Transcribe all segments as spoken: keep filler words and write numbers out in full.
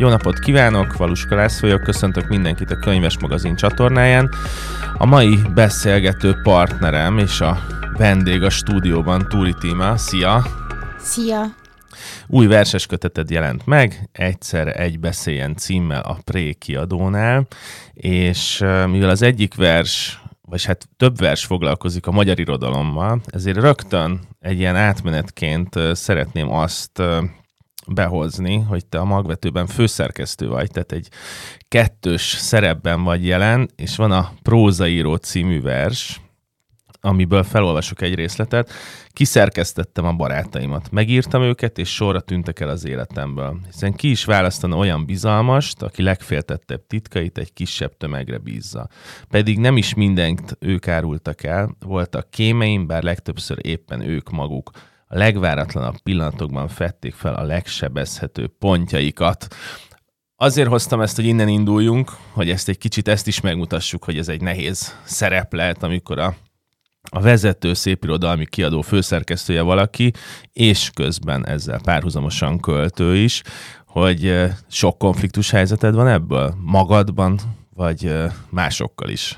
Jó napot kívánok, Valuska László vagyok, köszöntök mindenkit a Könyves Magazin csatornáján. A mai beszélgető partnerem és a vendég a stúdióban Túri Tíma. Szia! Szia! Új verses köteted jelent meg, Egyszer egy beszéljen címmel a Pré kiadónál, és mivel az egyik vers, vagy hát több vers foglalkozik a magyar irodalommal, ezért rögtön egy ilyen átmenetként szeretném azt behozni, hogy te a Magvetőben főszerkesztő vagy, tehát egy kettős szerepben vagy jelen, és van a Prózaíró című vers, amiből felolvasok egy részletet. Kiszerkesztettem a barátaimat, megírtam őket, és sorra tűntek el az életemből. Hiszen ki is választana olyan bizalmast, aki legféltettebb titkait egy kisebb tömegre bízza. Pedig nem is mindent ők árultak el, voltak kémeim, bár legtöbbször éppen ők maguk. A legváratlanabb pillanatokban fedték fel a legsebezhető pontjaikat. Azért hoztam ezt, hogy innen induljunk, hogy ezt egy kicsit ezt is megmutassuk, hogy ez egy nehéz szerep lehet, amikor a, a vezető szépirodalmi kiadó főszerkesztője valaki, és közben ezzel párhuzamosan költő is, hogy sok konfliktus helyzeted van ebből? Magadban, vagy másokkal is?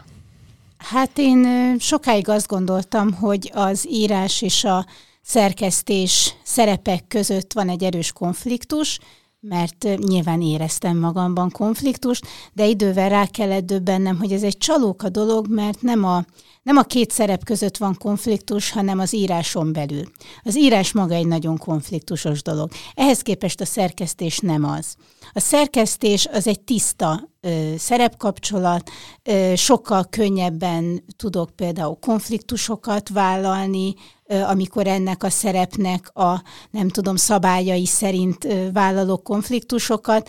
Hát én sokáig azt gondoltam, hogy az írás és a szerkesztés szerepek között van egy erős konfliktus, mert nyilván éreztem magamban konfliktust, de idővel rá kellett döbbennem, hogy ez egy csalóka dolog, mert nem a, nem a két szerep között van konfliktus, hanem az íráson belül. Az írás maga egy nagyon konfliktusos dolog. Ehhez képest a szerkesztés nem az. A szerkesztés az egy tiszta ö, szerepkapcsolat, ö, sokkal könnyebben tudok például konfliktusokat vállalni, amikor ennek a szerepnek a, nem tudom, szabályai szerint vállalok konfliktusokat.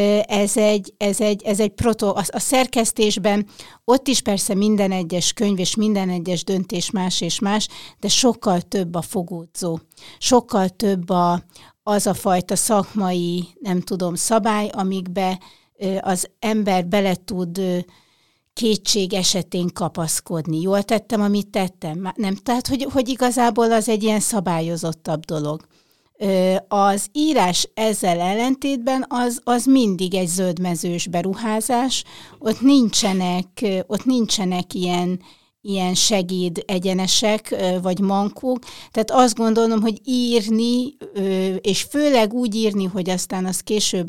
Ez egy, ez egy, ez egy proto, a, a szerkesztésben ott is persze minden egyes könyv és minden egyes döntés más és más, de sokkal több a fogódzó. Sokkal több a, az a fajta szakmai, nem tudom, szabály, amikbe az ember bele tud kétség esetén kapaszkodni. Jól tettem, amit tettem? Nem, tehát, hogy, hogy igazából az egy ilyen szabályozottabb dolog. Az írás ezzel ellentétben az, az mindig egy zöldmezős beruházás, ott nincsenek, ott nincsenek ilyen, ilyen segéd egyenesek, vagy mankók. Tehát azt gondolom, hogy írni, és főleg úgy írni, hogy aztán az később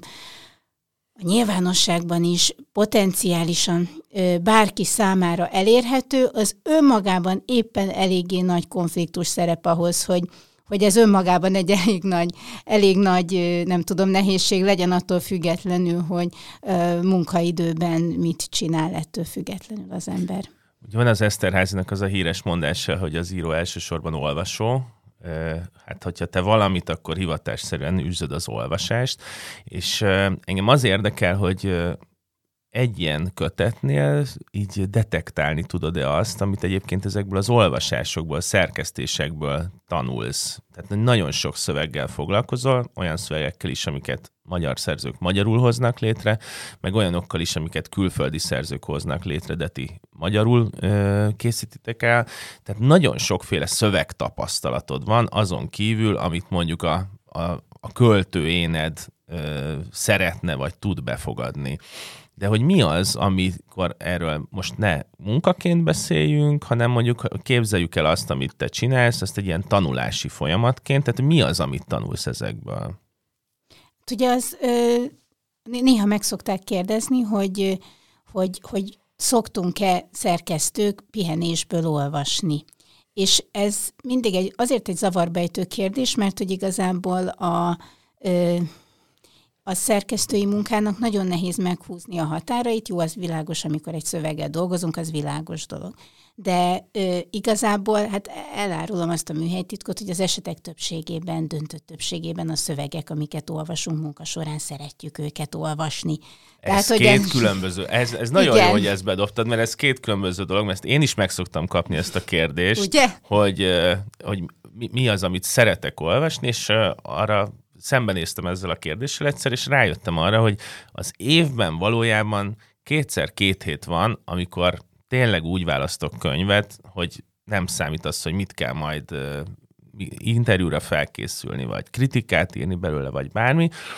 a nyilvánosságban is potenciálisan ö, bárki számára elérhető, az önmagában éppen eléggé nagy konfliktus szerep ahhoz, hogy, hogy ez önmagában egy elég nagy, elég nagy ö, nem tudom, nehézség legyen attól függetlenül, hogy ö, munkaidőben mit csinál ettől függetlenül az ember. Ugye van az Eszterházynak az a híres mondása, hogy az író elsősorban olvasó. Hát, hogyha te valamit, akkor hivatásszerűen űzöd az olvasást, és engem az érdekel, hogy egy ilyen kötetnél így detektálni tudod-e azt, amit egyébként ezekből az olvasásokból, szerkesztésekből tanulsz. Tehát nagyon sok szöveggel foglalkozol, olyan szövegekkel is, amiket magyar szerzők magyarul hoznak létre, meg olyanokkal is, amiket külföldi szerzők hoznak létre, de ti magyarul ö, készítitek el. Tehát nagyon sokféle szövegtapasztalatod van, azon kívül, amit mondjuk a, a, a költőéned ö, szeretne vagy tud befogadni. De hogy mi az, amikor erről most ne munkaként beszéljünk, hanem mondjuk képzeljük el azt, amit te csinálsz, ezt egy ilyen tanulási folyamatként, tehát mi az, amit tanulsz ezekből? Ugye az ö, néha meg szokták kérdezni, hogy, hogy, hogy szoktunk-e szerkesztők pihenésből olvasni. És ez mindig egy, azért egy zavarbejtő kérdés, mert hogy igazából a... Ö, a szerkesztői munkának nagyon nehéz meghúzni a határait. Jó, az világos, amikor egy szöveggel dolgozunk, az világos dolog. De ö, igazából, hát elárulom azt a műhelytitkot, hogy az esetek többségében, döntött többségében a szövegek, amiket olvasunk munka során, szeretjük őket olvasni. Ez Tehát, két hogy különböző, ez, ez nagyon igen. Jó, hogy ezt bedobtad, mert ez két különböző dolog, mert én is meg szoktam kapni ezt a kérdést, ugye? hogy, hogy mi, mi az, amit szeretek olvasni, és arra szembenéztem ezzel a kérdéssel egyszer, és rájöttem arra, hogy az évben valójában kétszer két hét van, amikor tényleg úgy választok könyvet, hogy nem számít az, hogy mit kell majd uh, interjúra felkészülni, vagy kritikát írni belőle, vagy bármi,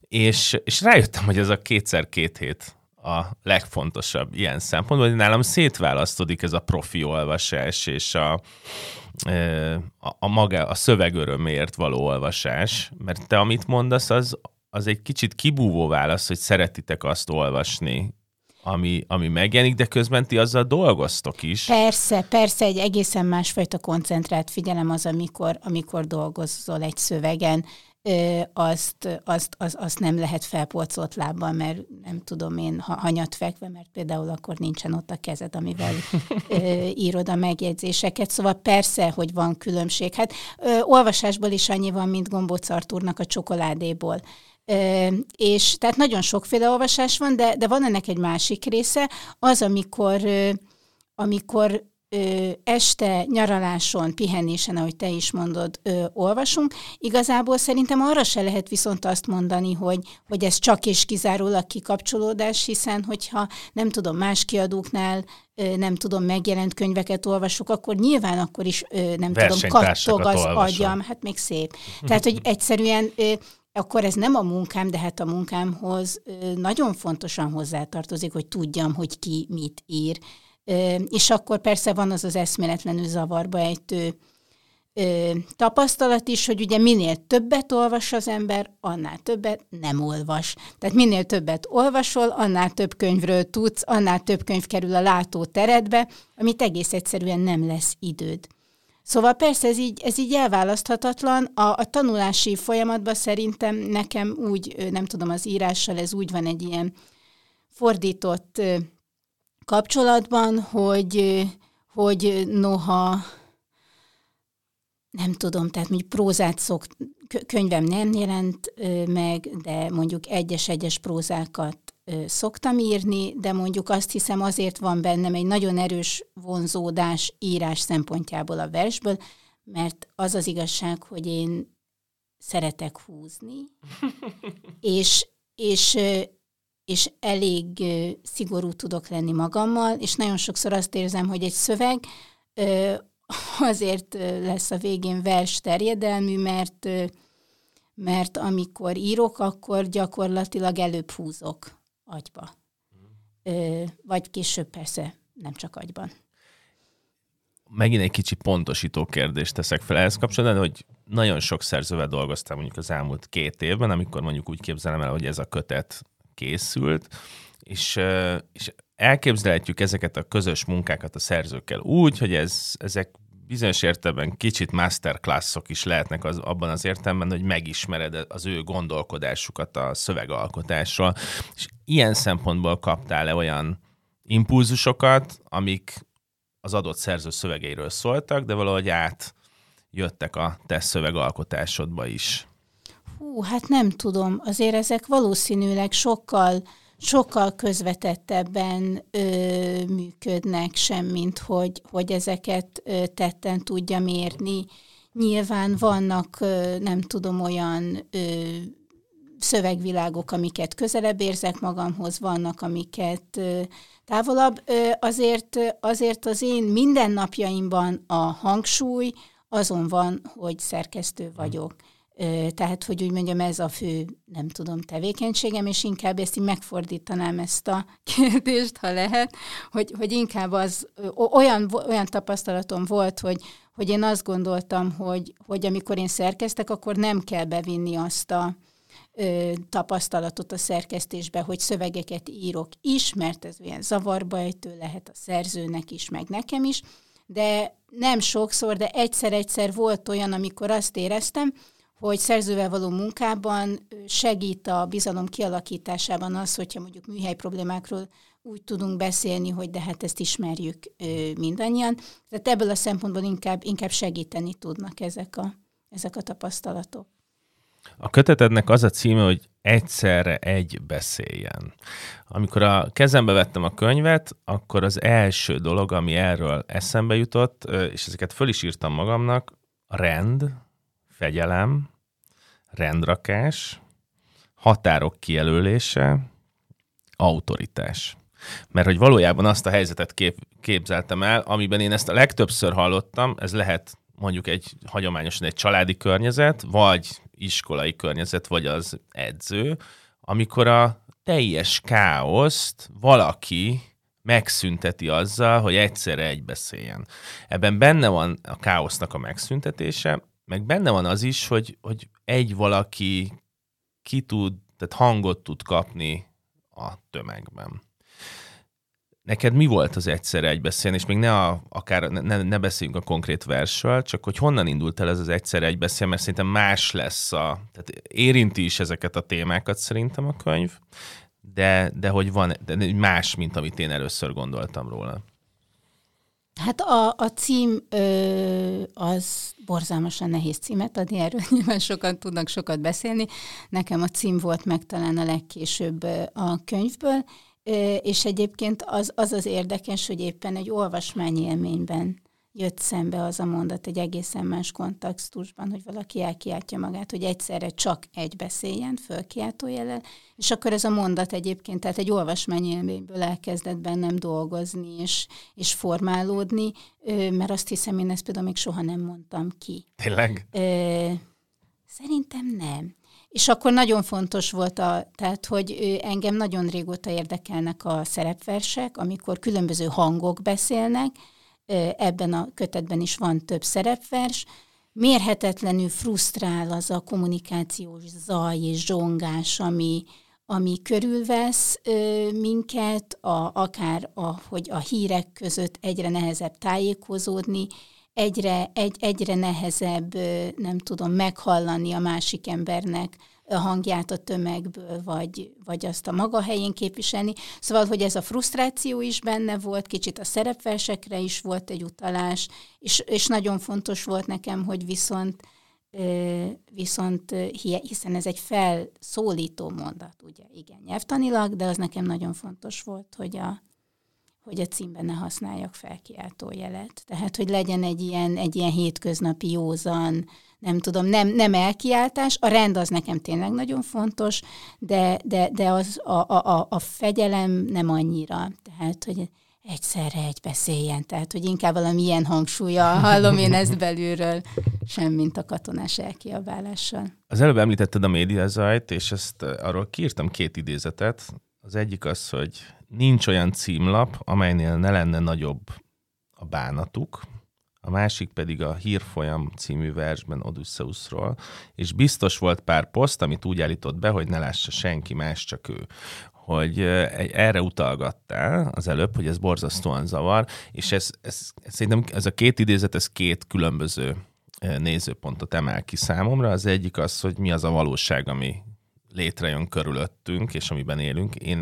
És, és rájöttem, hogy ez a kétszer két hét a legfontosabb ilyen szempontból, hogy nálam szétválasztódik ez a profi olvasás és a, a, a maga, a szöveg örömért való olvasás, mert te amit mondasz, az, az egy kicsit kibúvó válasz, hogy szeretitek azt olvasni, ami, ami megjelenik, de közben ti azzal dolgoztok is. Persze, persze, egy egészen másfajta koncentrált figyelem az, amikor, amikor dolgozol egy szövegen, Ö, azt, azt, azt, azt nem lehet felpolcolt lábbal, mert nem tudom én, ha hanyat fekve, mert például akkor nincsen ott a kezed, amivel ö, írod a megjegyzéseket. Szóval persze, hogy van különbség. Hát ö, olvasásból is annyi van, mint Gombóc Artúrnak a Csokoládéból. Ö, és tehát nagyon sokféle olvasás van, de, de van ennek egy másik része, az, amikor, ö, amikor Ö, este, nyaraláson, pihenésen, ahogy te is mondod, ö, olvasunk. Igazából szerintem arra se lehet viszont azt mondani, hogy, hogy ez csak és kizárólag kikapcsolódás, hiszen hogyha nem tudom, más kiadóknál ö, nem tudom, megjelent könyveket olvasok, akkor nyilván akkor is ö, nem tudom, kattog az olvasom. Agyam, hát még szép. Tehát, hogy egyszerűen ö, akkor ez nem a munkám, de hát a munkámhoz ö, nagyon fontosan hozzátartozik, hogy tudjam, hogy ki mit ír. Ö, és akkor persze van az az eszméletlenül zavarba ejtő ö, tapasztalat is, hogy ugye minél többet olvas az ember, annál többet nem olvas. Tehát minél többet olvasol, annál több könyvről tudsz, annál több könyv kerül a látóteredbe, amit egész egyszerűen nem lesz időd. Szóval persze ez így, ez így elválaszthatatlan. A, a tanulási folyamatban szerintem nekem úgy, nem tudom, az írással ez úgy van egy ilyen fordított kapcsolatban, hogy, hogy noha nem tudom, tehát mondjuk prózát szok, könyvem nem jelent meg, de mondjuk egyes-egyes prózákat szoktam írni, de mondjuk azt hiszem azért van bennem egy nagyon erős vonzódás írás szempontjából a versből, mert az az igazság, hogy én szeretek húzni, és, és és elég uh, szigorú tudok lenni magammal, és nagyon sokszor azt érzem, hogy egy szöveg uh, azért uh, lesz a végén vers terjedelmű, mert, uh, mert amikor írok, akkor gyakorlatilag előbb húzok agyba. Uh, vagy később persze, nem csak agyban. Megint egy kicsi pontosító kérdést teszek fel ehhez kapcsolatban, hogy nagyon sok szerzővel dolgoztam mondjuk az elmúlt két évben, amikor mondjuk úgy képzelem el, hogy ez a kötet készült, és, és elképzelhetjük ezeket a közös munkákat a szerzőkkel úgy, hogy ez, ezek bizonyos értelemben kicsit masterclassok is lehetnek az, abban az értelemben, hogy megismered az ő gondolkodásukat a szövegalkotásról. És ilyen szempontból kaptál-e olyan impulzusokat, amik az adott szerző szövegeiről szóltak, de valahogy átjöttek a te szövegalkotásodba is? Hú, hát nem tudom. Azért ezek valószínűleg sokkal, sokkal közvetettebben ö, működnek, semmint hogy, hogy ezeket ö, tetten tudjam érni. Nyilván vannak, ö, nem tudom, olyan ö, szövegvilágok, amiket közelebb érzek magamhoz, vannak, amiket ö, távolabb. Ö, azért, azért az én mindennapjaimban a hangsúly azon van, hogy szerkesztő vagyok. Tehát, hogy úgy mondjam, ez a fő, nem tudom, tevékenységem, és inkább ezt így megfordítanám ezt a kérdést, ha lehet, hogy, hogy inkább az olyan, olyan tapasztalatom volt, hogy, hogy én azt gondoltam, hogy, hogy amikor én szerkesztek, akkor nem kell bevinni azt a ö, tapasztalatot a szerkesztésbe, hogy szövegeket írok is, mert ez olyan zavarba ejtő lehet a szerzőnek is, meg nekem is, de nem sokszor, de egyszer-egyszer volt olyan, amikor azt éreztem, hogy szerzővel való munkában segít a bizalom kialakításában az, hogyha mondjuk műhely problémákról úgy tudunk beszélni, hogy de hát ezt ismerjük mindannyian. Tehát ebből a szempontból inkább, inkább segíteni tudnak ezek a, ezek a tapasztalatok. A kötetednek az a címe, hogy Egyszerre egy beszéljen. Amikor a kezembe vettem a könyvet, akkor az első dolog, ami erről eszembe jutott, és ezeket föl is írtam magamnak, a rend, fegyelem, rendrakás, határok kijelölése, autoritás. Mert hogy valójában azt a helyzetet kép, képzeltem el, amiben én ezt a legtöbbször hallottam, ez lehet mondjuk egy hagyományosan egy családi környezet, vagy iskolai környezet, vagy az edző, amikor a teljes káoszt valaki megszünteti azzal, hogy egyszerre egybeszéljen. Ebben benne van a káosznak a megszüntetése, meg benne van az is, hogy, hogy egy valaki ki tud, tehát hangot tud kapni a tömegben. Neked mi volt az egyszerre egybeszélni, és még ne, a, akár, ne, ne beszéljünk a konkrét versről, csak hogy honnan indult el ez az egyszerre egybeszél, mert szerintem más lesz a, tehát érinti is ezeket a témákat szerintem a könyv, de, de hogy van, de más, mint amit én először gondoltam róla. Hát a, a cím ö, az borzalmasan nehéz címet adni, erről nyilván sokan tudnak sokat beszélni. Nekem a cím volt meg talán a legkésőbb a könyvből, ö, és egyébként az, az az érdekes, hogy éppen egy olvasmányi élményben jött szembe az a mondat egy egészen más kontextusban, hogy valaki elkiáltja magát, hogy egyszerre csak egy beszéljen, fölkiáltójellel, és akkor ez a mondat egyébként, tehát egy olvasmányi élményből elkezdett bennem dolgozni, és, és formálódni, mert azt hiszem, én ezt például még soha nem mondtam ki. Tényleg? Ö, szerintem nem. És akkor nagyon fontos volt, a, tehát, hogy engem nagyon régóta érdekelnek a szerepversek, amikor különböző hangok beszélnek, ebben a kötetben is van több szerepvers, mérhetetlenül frusztrál az a kommunikációs zaj és zsongás, ami, ami körülvesz ö, minket, a, akár a, hogy a hírek között egyre nehezebb tájékozódni, egyre, egy, egyre nehezebb, ö, nem tudom, meghallani a másik embernek a hangját a tömegből, vagy, vagy azt a maga helyén képviselni. Szóval, hogy ez a frusztráció is benne volt, kicsit a szerepversekre is volt egy utalás, és, és nagyon fontos volt nekem, hogy viszont, viszont hiszen ez egy felszólító mondat, ugye, igen, nyelvtanilag, de az nekem nagyon fontos volt, hogy a, hogy a címben ne használjak felkiáltó jelet. Tehát, hogy legyen egy ilyen, egy ilyen hétköznapi józan, nem tudom, nem, nem elkiáltás, a rend az nekem tényleg nagyon fontos, de, de, de az a, a, a fegyelem nem annyira. Tehát, hogy egyszerre egy beszéljen, tehát, hogy inkább valamilyen hangsúllyal hallom én ezt belülről, sem mint a katonás elkiabálással. Az előbb említetted a médiazajt, és ezt arról kiírtam két idézetet. Az egyik az, hogy nincs olyan címlap, amelynél ne lenne nagyobb a bánatuk, a másik pedig a Hírfolyam című versben Odüsszeuszról, és biztos volt pár poszt, amit úgy állított be, hogy ne lássa senki más, csak ő. Hogy erre utalgattál az előbb, hogy ez borzasztóan zavar, és ez, ez, ez szerintem ez a két idézet, ez két különböző nézőpontot emel ki számomra. Az egyik az, hogy mi az a valóság, ami létrejön körülöttünk, és amiben élünk. Én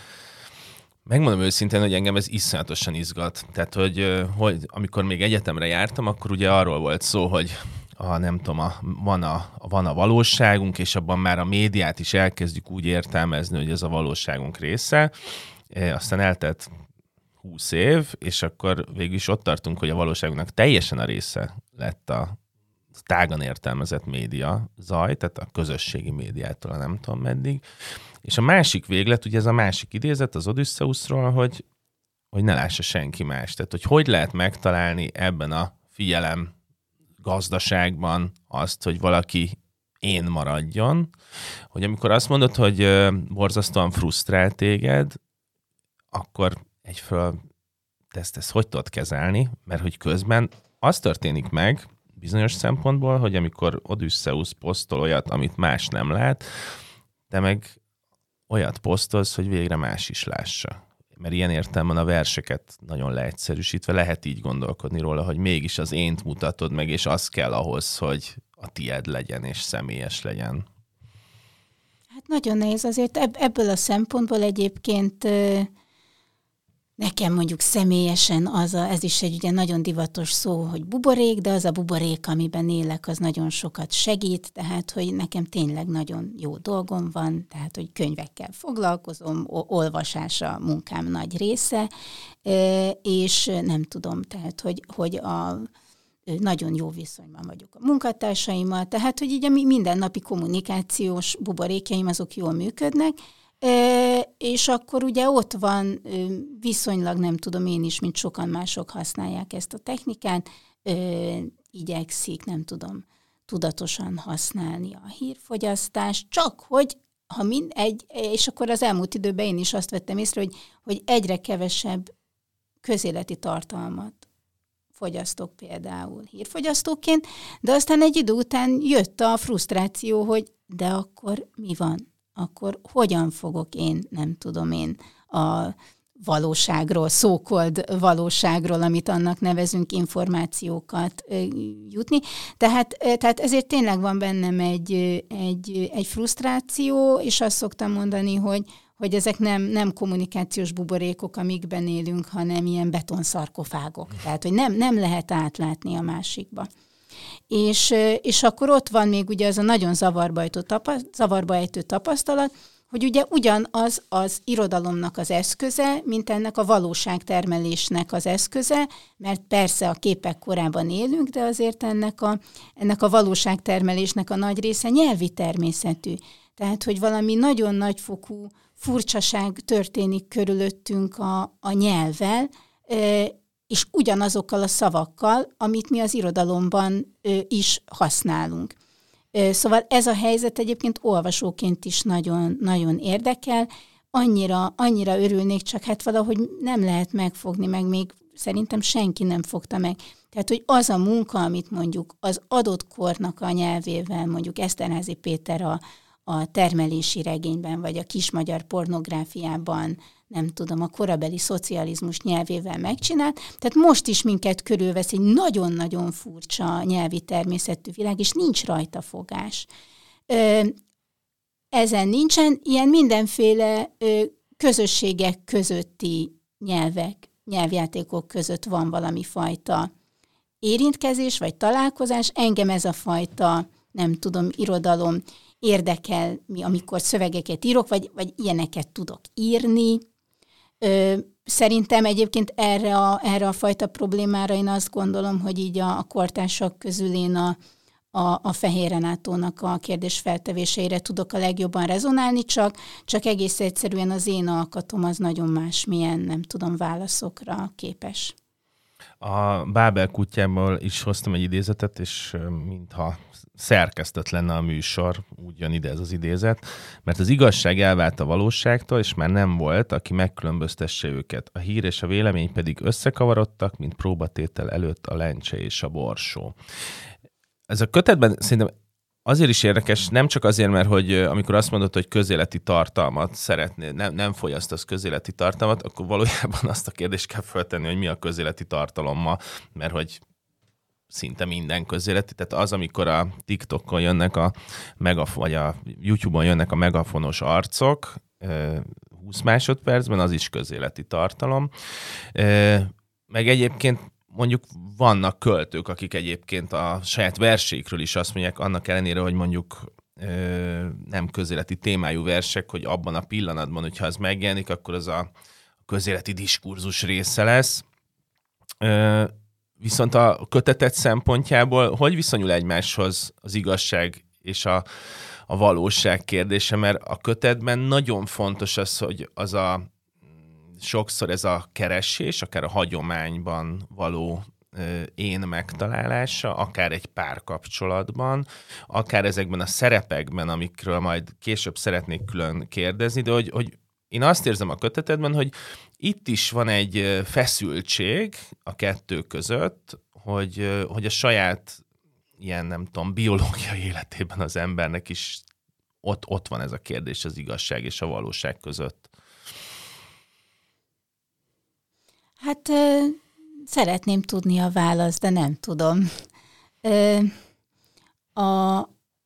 megmondom őszintén, hogy engem ez iszonyatosan izgat. Tehát, hogy, hogy amikor még egyetemre jártam, akkor ugye arról volt szó, hogy a, nem tudom, a, van, a, van a valóságunk, és abban már a médiát is elkezdjük úgy értelmezni, hogy ez a valóságunk része. E, aztán eltelt húsz év, és akkor végül is ott tartunk, hogy a valóságunknak teljesen a része lett a tágan értelmezett média zaj, tehát a közösségi médiától, nem tudom meddig. És a másik véglet, ugye ez a másik idézet az Odüsszeuszról, hogy, hogy ne lássa senki más. Tehát, hogy hogy lehet megtalálni ebben a figyelem gazdaságban azt, hogy valaki én maradjon, hogy amikor azt mondod, hogy borzasztóan frusztrál téged, akkor egyfelől te ezt, ezt hogy tudod kezelni, mert hogy közben az történik meg bizonyos szempontból, hogy amikor Odüsszeusz posztol olyat, amit más nem lát, te meg olyat posztolsz, hogy végre más is lássa. Mert ilyen értelemben a verseket nagyon leegyszerűsítve lehet így gondolkodni róla, hogy mégis az ént mutatod meg, és az kell ahhoz, hogy a tied legyen, és személyes legyen. Hát nagyon nehéz azért. Ebből a szempontból egyébként nekem mondjuk személyesen az a, ez is egy ugye nagyon divatos szó, hogy buborék, de az a buborék, amiben élek, az nagyon sokat segít, tehát, hogy nekem tényleg nagyon jó dolgom van, tehát, hogy könyvekkel foglalkozom, olvasás a munkám nagy része, és nem tudom, tehát, hogy, hogy a nagyon jó viszonyban vagyok a munkatársaimmal, tehát, hogy így a mindennapi kommunikációs buborékjaim azok jól működnek, E, és akkor ugye ott van viszonylag, nem tudom én is, mint sokan mások használják ezt a technikát, e, igyekszik, nem tudom, tudatosan használni a hírfogyasztást, csak hogy ha mind egy, és akkor az elmúlt időben én is azt vettem észre, hogy, hogy egyre kevesebb közéleti tartalmat fogyasztok például hírfogyasztóként, de aztán egy idő után jött a frusztráció, hogy de akkor mi van? Akkor hogyan fogok én, nem tudom én, a valóságról, szókold valóságról, amit annak nevezünk, információkat ö, jutni. Tehát, tehát ezért tényleg van bennem egy, egy, egy frusztráció, és azt szoktam mondani, hogy, hogy ezek nem, nem kommunikációs buborékok, amikben élünk, hanem ilyen betonszarkofágok. Tehát, hogy nem, nem lehet átlátni a másikba. És, és akkor ott van még ugye az a nagyon zavarba ejtő, tapaszt, zavarba ejtő tapasztalat, hogy ugye ugyanaz az irodalomnak az eszköze, mint ennek a valóságtermelésnek az eszköze, mert persze a képek korában élünk, de azért ennek a, ennek a valóságtermelésnek a nagy része nyelvi természetű. Tehát, hogy valami nagyon nagyfokú furcsaság történik körülöttünk a, a nyelvvel, és ugyanazokkal a szavakkal, amit mi az irodalomban is használunk. Szóval ez a helyzet egyébként olvasóként is nagyon, nagyon érdekel. Annyira, annyira örülnék, csak hát valahogy nem lehet megfogni, meg még szerintem senki nem fogta meg. Tehát, hogy az a munka, amit mondjuk az adott kornak a nyelvével, mondjuk Eszterházy Péter a, a termelési regényben, vagy a kismagyar pornográfiában, nem tudom, a korabeli szocializmus nyelvével megcsinált. Tehát most is minket körülvesz egy nagyon-nagyon furcsa nyelvi természetű világ, és nincs rajta fogás. Ö, ezen nincsen, ilyen mindenféle ö, közösségek közötti nyelvek, nyelvjátékok között van valami fajta érintkezés, vagy találkozás. Engem ez a fajta, nem tudom, irodalom érdekel, amikor szövegeket írok, vagy, vagy ilyeneket tudok írni. Ö, szerintem egyébként erre a, erre a fajta problémára én azt gondolom, hogy így a, a kortársak közül én a, a, a Fehér Renátónak a kérdés feltevéseire tudok a legjobban rezonálni, csak, csak egész egyszerűen az én alkatom az nagyon másmilyen, nem tudom, válaszokra képes. A Bábel kutyából is hoztam egy idézetet, és mintha szerkesztett lenne a műsor, úgy jön ide ez az idézet, mert az igazság elvált a valóságtól, és már nem volt, aki megkülönböztesse őket. A hír és a vélemény pedig összekavarodtak, mint próbatétel előtt a lencse és a borsó. Ez a kötetben szerintem azért is érdekes, nem csak azért, mert hogy amikor azt mondod, hogy közéleti tartalmat szeretnél, nem, nem fogyasztasz közéleti tartalmat, akkor valójában azt a kérdést kell föltenni, hogy mi a közéleti tartalom ma, mert hogy szinte minden közéleti. Tehát az, amikor a TikTokon jönnek a megaf- vagy a YouTube-on jönnek a megafonos arcok, húsz másodpercben, az is közéleti tartalom. Meg egyébként mondjuk vannak költők, akik egyébként a saját verseikről is azt mondják, annak ellenére, hogy mondjuk ö, nem közéleti témájú versek, hogy abban a pillanatban, hogyha az megjelenik, akkor az a közéleti diskurzus része lesz. Ö, viszont a kötetet szempontjából hogy viszonyul egymáshoz az igazság és a, a valóság kérdése, mert a kötetben nagyon fontos az, hogy az a sokszor ez a keresés, akár a hagyományban való ö, én megtalálása, akár egy párkapcsolatban, akár ezekben a szerepekben, amikről majd később szeretnék külön kérdezni, de hogy, hogy én azt érzem a kötetedben, hogy itt is van egy feszültség a kettő között, hogy, hogy a saját ilyen, nem tudom, biológiai életében az embernek is ott, ott van ez a kérdés az igazság és a valóság között. Hát ö, szeretném tudni a választ, de nem tudom. Ö, a,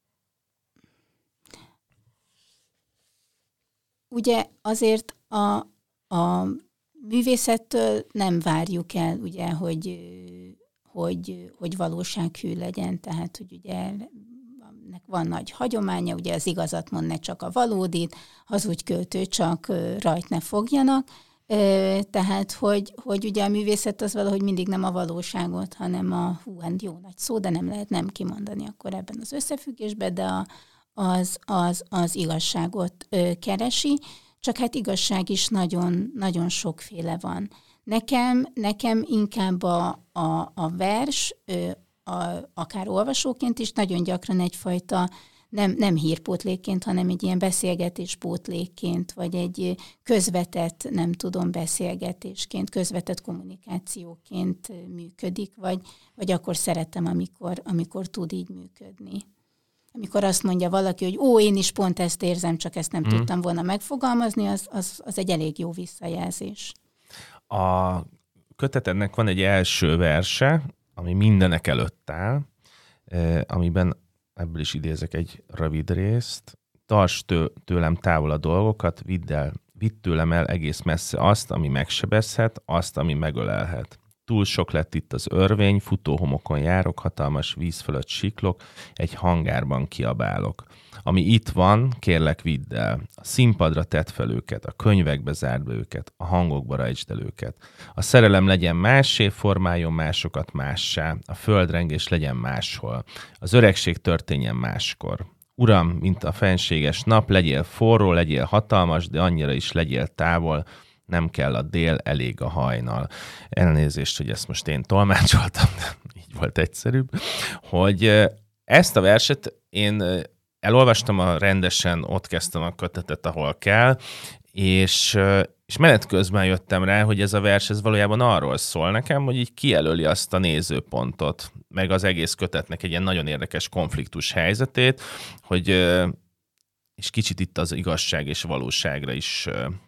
ugye azért a, a művészettől nem várjuk el, ugye, hogy, hogy, hogy valósághű legyen, tehát, hogy ugye van nagy hagyománya, ugye az igazat mond, ne csak a valódit, hazudj költő, csak rajt ne fogjanak. Tehát, hogy, hogy ugye a művészet az valahogy mindig nem a valóságot, hanem a hú, jó nagy szó, de nem lehet nem kimondani akkor ebben az összefüggésben, de a, az, az, az igazságot ö, keresi, csak hát igazság is nagyon, nagyon sokféle van. Nekem, nekem inkább a, a, a vers, ö, a, akár olvasóként is, nagyon gyakran egyfajta nem, nem hírpótlékként, hanem egy ilyen beszélgetéspótlékként, vagy egy közvetett, nem tudom, beszélgetésként, közvetett kommunikációként működik, vagy, vagy akkor szeretem, amikor, amikor tud így működni. Amikor azt mondja valaki, hogy ó, én is pont ezt érzem, csak ezt nem mm. tudtam volna megfogalmazni, az, az, az egy elég jó visszajelzés. A kötetednek van egy első verse, ami mindenek előtt áll, amiben ebből is idézek egy rövid részt. Tarts tő, tőlem távol a dolgokat, vidd, el, vidd tőlem el egész messze azt, ami megsebezhet, azt, ami megölelhet. Túl sok lett itt az örvény, futóhomokon járok, hatalmas víz fölött siklok, egy hangárban kiabálok. Ami itt van, kérlek vidd el. A színpadra tedd fel őket, a könyvekbe zárd be őket, a hangokba rejtsd el őket. A szerelem legyen mássé, formáljon másokat mássá, a földrengés legyen máshol. Az öregség történjen máskor. Uram, mint a fenséges nap, legyél forró, legyél hatalmas, de annyira is legyél távol, nem kell a dél, elég a hajnal. Elnézést, hogy ezt most én tolmácsoltam, de így volt egyszerűbb, hogy ezt a verset én elolvastam a rendesen, ott kezdtem a kötetet, ahol kell, és, és menet közben jöttem rá, hogy ez a vers ez valójában arról szól nekem, hogy így kijelöli azt a nézőpontot, meg az egész kötetnek egy ilyen nagyon érdekes konfliktus helyzetét, hogy és kicsit itt az igazság és valóságra is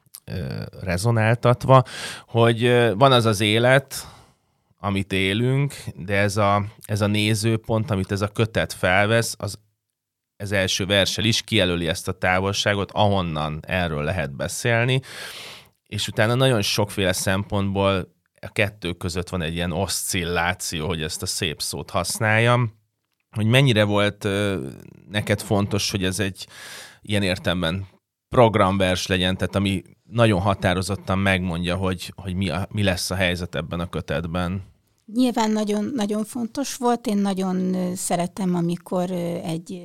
rezonáltatva, hogy van az az élet, amit élünk, de ez a, ez a nézőpont, amit ez a kötet felvesz, az ez első verssel is kijelöli ezt a távolságot, ahonnan erről lehet beszélni, és utána nagyon sokféle szempontból a kettő között van egy ilyen oszcilláció, hogy ezt a szép szót használjam, hogy mennyire volt neked fontos, hogy ez egy ilyen értelemben programvers legyen, tehát ami nagyon határozottan megmondja, hogy, hogy mi, a, mi lesz a helyzet ebben a kötetben. Nyilván nagyon, nagyon fontos volt. Én nagyon szeretem, amikor egy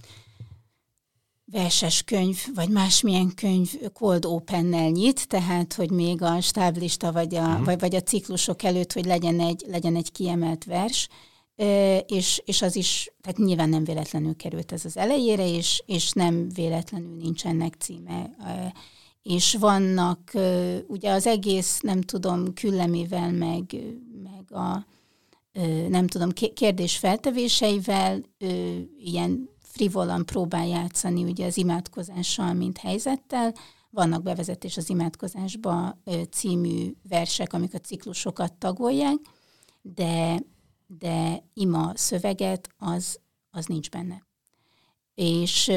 verses könyv, vagy másmilyen könyv cold open-nel nyit, tehát, hogy még a stáblista, vagy a, uh-huh. vagy, vagy a ciklusok előtt, hogy legyen egy, legyen egy kiemelt vers, és, és az is, tehát nyilván nem véletlenül került ez az elejére, és, és nem véletlenül nincs ennek címe. És vannak, ugye az egész, nem tudom, küllemével, meg, meg a, nem tudom, kérdés feltevéseivel ilyen frivolan próbál játszani ugye az imádkozással, mint helyzettel. Vannak bevezetés az imádkozásba című versek, amik a ciklusokat tagolják, de, de ima szöveget az, az nincs benne. És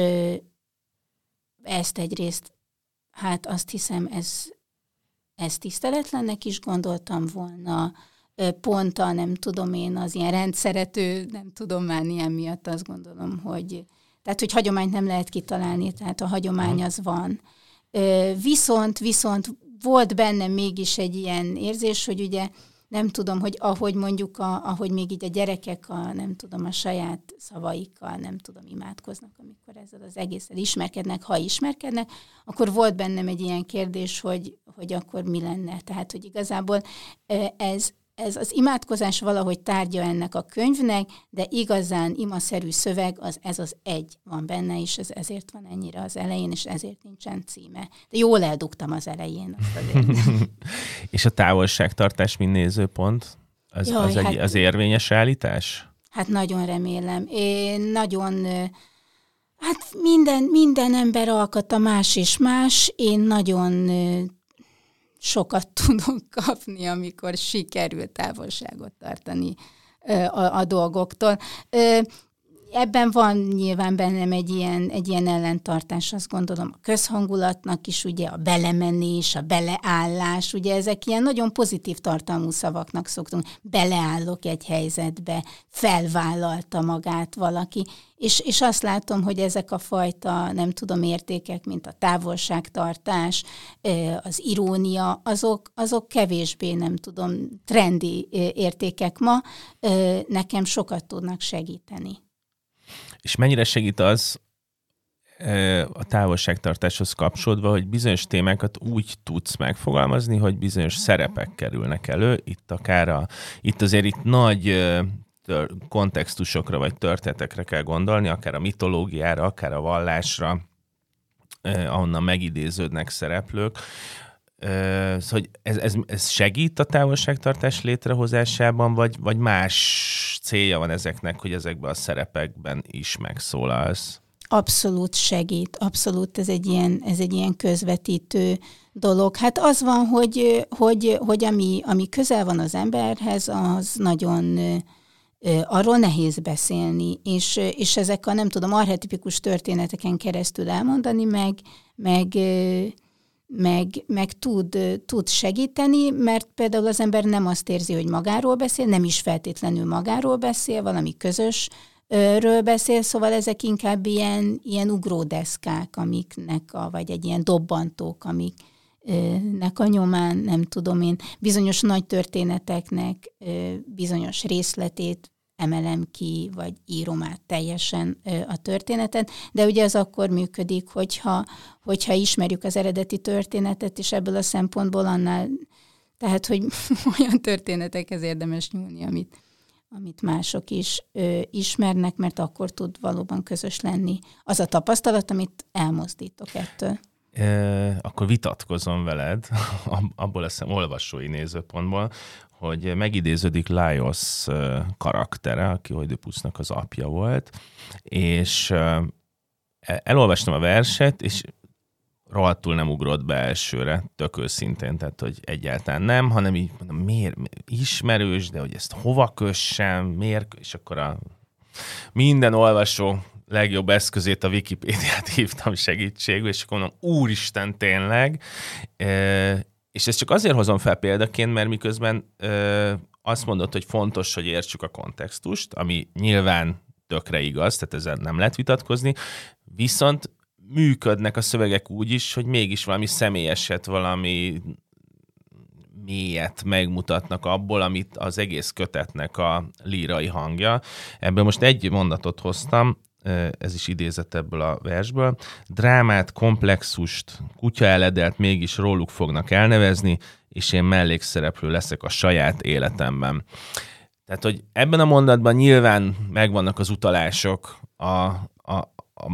ezt egyrészt, hát azt hiszem, ez, ez tiszteletlennek is gondoltam volna, pont a, nem tudom én, az ilyen rendszerető, nem tudomániám miatt azt gondolom, hogy tehát, hogy hagyományt nem lehet kitalálni, tehát a hagyomány az van. Viszont, viszont volt bennem mégis egy ilyen érzés, hogy ugye nem tudom, hogy ahogy mondjuk, a, ahogy még így a gyerekek a, nem tudom, a saját szavaikkal, nem tudom, imádkoznak, amikor ezzel az egésszel ismerkednek, ha ismerkednek, akkor volt bennem egy ilyen kérdés, hogy, hogy akkor mi lenne. Tehát, hogy igazából ez, ez az imádkozás valahogy tárgya ennek a könyvnek, de igazán imaszerű szöveg, az, ez az egy van benne, és ez ezért van ennyire az elején, és ezért nincsen címe. De jól eldugtam az elején azt azért. És a távolságtartás, mint nézőpont? Az, Jaj, az, egy, hát, az érvényes állítás? Hát nagyon remélem. Én nagyon... Hát minden, minden ember alkata más és más. Én nagyon sokat tudok kapni, amikor sikerül távolságot tartani a, a dolgoktól. Ebben van nyilván bennem egy ilyen, egy ilyen ellentartás, azt gondolom, a közhangulatnak is, ugye a belemenés, a beleállás, ugye ezek ilyen nagyon pozitív tartalmú szavaknak szoktunk. Beleállok egy helyzetbe, felvállalta magát valaki, és, és azt látom, hogy ezek a fajta, nem tudom, értékek, mint a távolságtartás, az irónia, azok, azok kevésbé, nem tudom, trendi értékek ma, nekem sokat tudnak segíteni. És mennyire segít az a távolságtartáshoz kapcsolódva, hogy bizonyos témákat úgy tudsz megfogalmazni, hogy bizonyos szerepek kerülnek elő. Itt akár a, itt azért itt nagy tör- kontextusokra vagy történetekre kell gondolni, akár a mitológiára, akár a vallásra, eh, ahonnan megidéződnek szereplők. Eh, szóval, hogy ez, ez, ez segít a távolságtartás létrehozásában, vagy, vagy más célja van ezeknek, hogy ezekben a szerepekben is megszólalsz? Abszolút segít, abszolút ez egy ilyen, ez egy ilyen közvetítő dolog. Hát az van, hogy, hogy, hogy ami, ami közel van az emberhez, az nagyon arról nehéz beszélni, és, és ezek a nem tudom, archetipikus történeteken keresztül elmondani, meg, meg, meg, meg tud, tud segíteni, mert például az ember nem azt érzi, hogy magáról beszél, nem is feltétlenül magáról beszél, valami közös ről beszél, szóval ezek inkább ilyen, ilyen ugródeszkák, amiknek a, vagy egy ilyen dobbantók, amiknek a nyomán, nem tudom én, bizonyos nagy történeteknek bizonyos részletét emelem ki, vagy írom át teljesen a történetet, de ugye ez akkor működik, hogyha, hogyha ismerjük az eredeti történetet, és ebből a szempontból annál, tehát, hogy olyan történetekhez érdemes nyúlni, amit amit mások is ö, ismernek, mert akkor tud valóban közös lenni az a tapasztalat, amit elmozdítok ettől. E, akkor vitatkozom veled, abból leszem olvasói nézőpontból, hogy megidéződik Laios karaktere, aki Oidipusznak az apja volt, és elolvastam a verset, és rohadtul nem ugrott be elsőre, tök őszintén, tehát hogy egyáltalán nem, hanem így mondom, miért, ismerős, de hogy ezt hova kössem, miért, és akkor a minden olvasó legjobb eszközét, a Wikipédiát hívtam segítségül, és akkor mondom, úristen, tényleg, e, és ezt csak azért hozom fel példaként, mert miközben e, azt mondod, hogy fontos, hogy értsük a kontextust, ami nyilván tökre igaz, tehát ezzel nem lehet vitatkozni, viszont működnek a szövegek úgy is, hogy mégis valami személyeset, valami mélyet megmutatnak abból, amit az egész kötetnek a lírai hangja. Ebből most egy mondatot hoztam, ez is idézett ebből a versből. Drámát, komplexust, kutyaeledelt mégis róluk fognak elnevezni, és én mellékszereplő leszek a saját életemben. Tehát, hogy ebben a mondatban nyilván megvannak az utalások a, a, a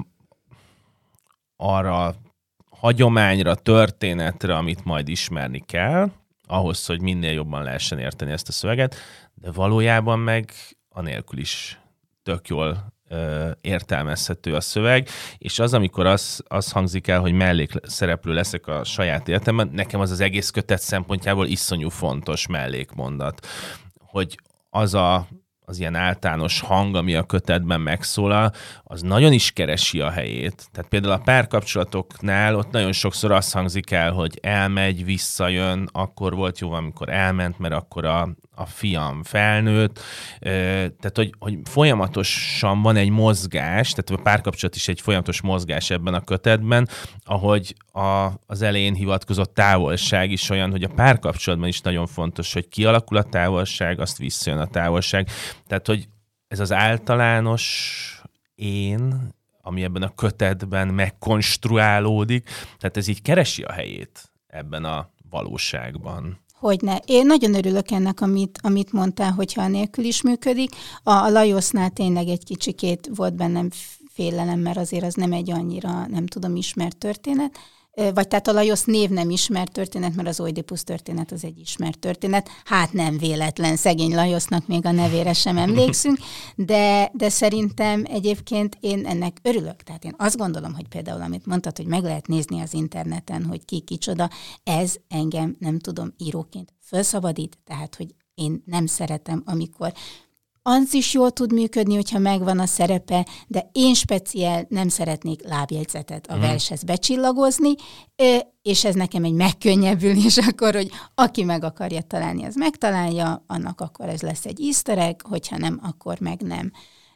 arra a hagyományra, történetre, amit majd ismerni kell, ahhoz, hogy minél jobban lehessen érteni ezt a szöveget, de valójában meg anélkül is tök jól ö, értelmezhető a szöveg, és az, amikor az, az hangzik el, hogy mellékszereplő leszek a saját életemben, nekem az az egész kötet szempontjából iszonyú fontos mellékmondat, hogy az a az ilyen általános hang, ami a kötetben megszólal, az nagyon is keresi a helyét. Tehát például a párkapcsolatoknál ott nagyon sokszor azt hangzik el, hogy elmegy, visszajön, akkor volt jó, amikor elment, mert akkor a, a fiam felnőtt. Tehát, hogy, hogy folyamatosan van egy mozgás, tehát a párkapcsolat is egy folyamatos mozgás ebben a kötetben, ahogy a, az elején hivatkozott távolság is olyan, hogy a párkapcsolatban is nagyon fontos, hogy kialakul a távolság, azt visszajön a távolság. Tehát, hogy ez az általános én, ami ebben a kötetben megkonstruálódik, tehát ez így keresi a helyét ebben a valóságban. Hogyne. Én nagyon örülök ennek, amit, amit mondtál, hogyha anélkül is működik. A, a Laiosnál tényleg egy kicsikét volt bennem félelem, mert azért az nem egy annyira, nem tudom, ismert történet. Vagy tehát a Laios név nem ismert történet, mert az Oidipusz történet az egy ismert történet. Hát nem véletlen, szegény Laiosnak még a nevére sem emlékszünk, de, de szerintem egyébként én ennek örülök. Tehát én azt gondolom, hogy például, amit mondtad, hogy meg lehet nézni az interneten, hogy ki kicsoda, ez engem, nem tudom, íróként felszabadít, tehát, hogy én nem szeretem, amikor az is jól tud működni, hogyha megvan a szerepe, de én speciál nem szeretnék lábjegyzetet a mm. vershez becsillagozni, és ez nekem egy megkönnyebbülés akkor, hogy aki meg akarja találni, az megtalálja, annak akkor ez lesz egy easter egg, hogyha nem, akkor meg nem.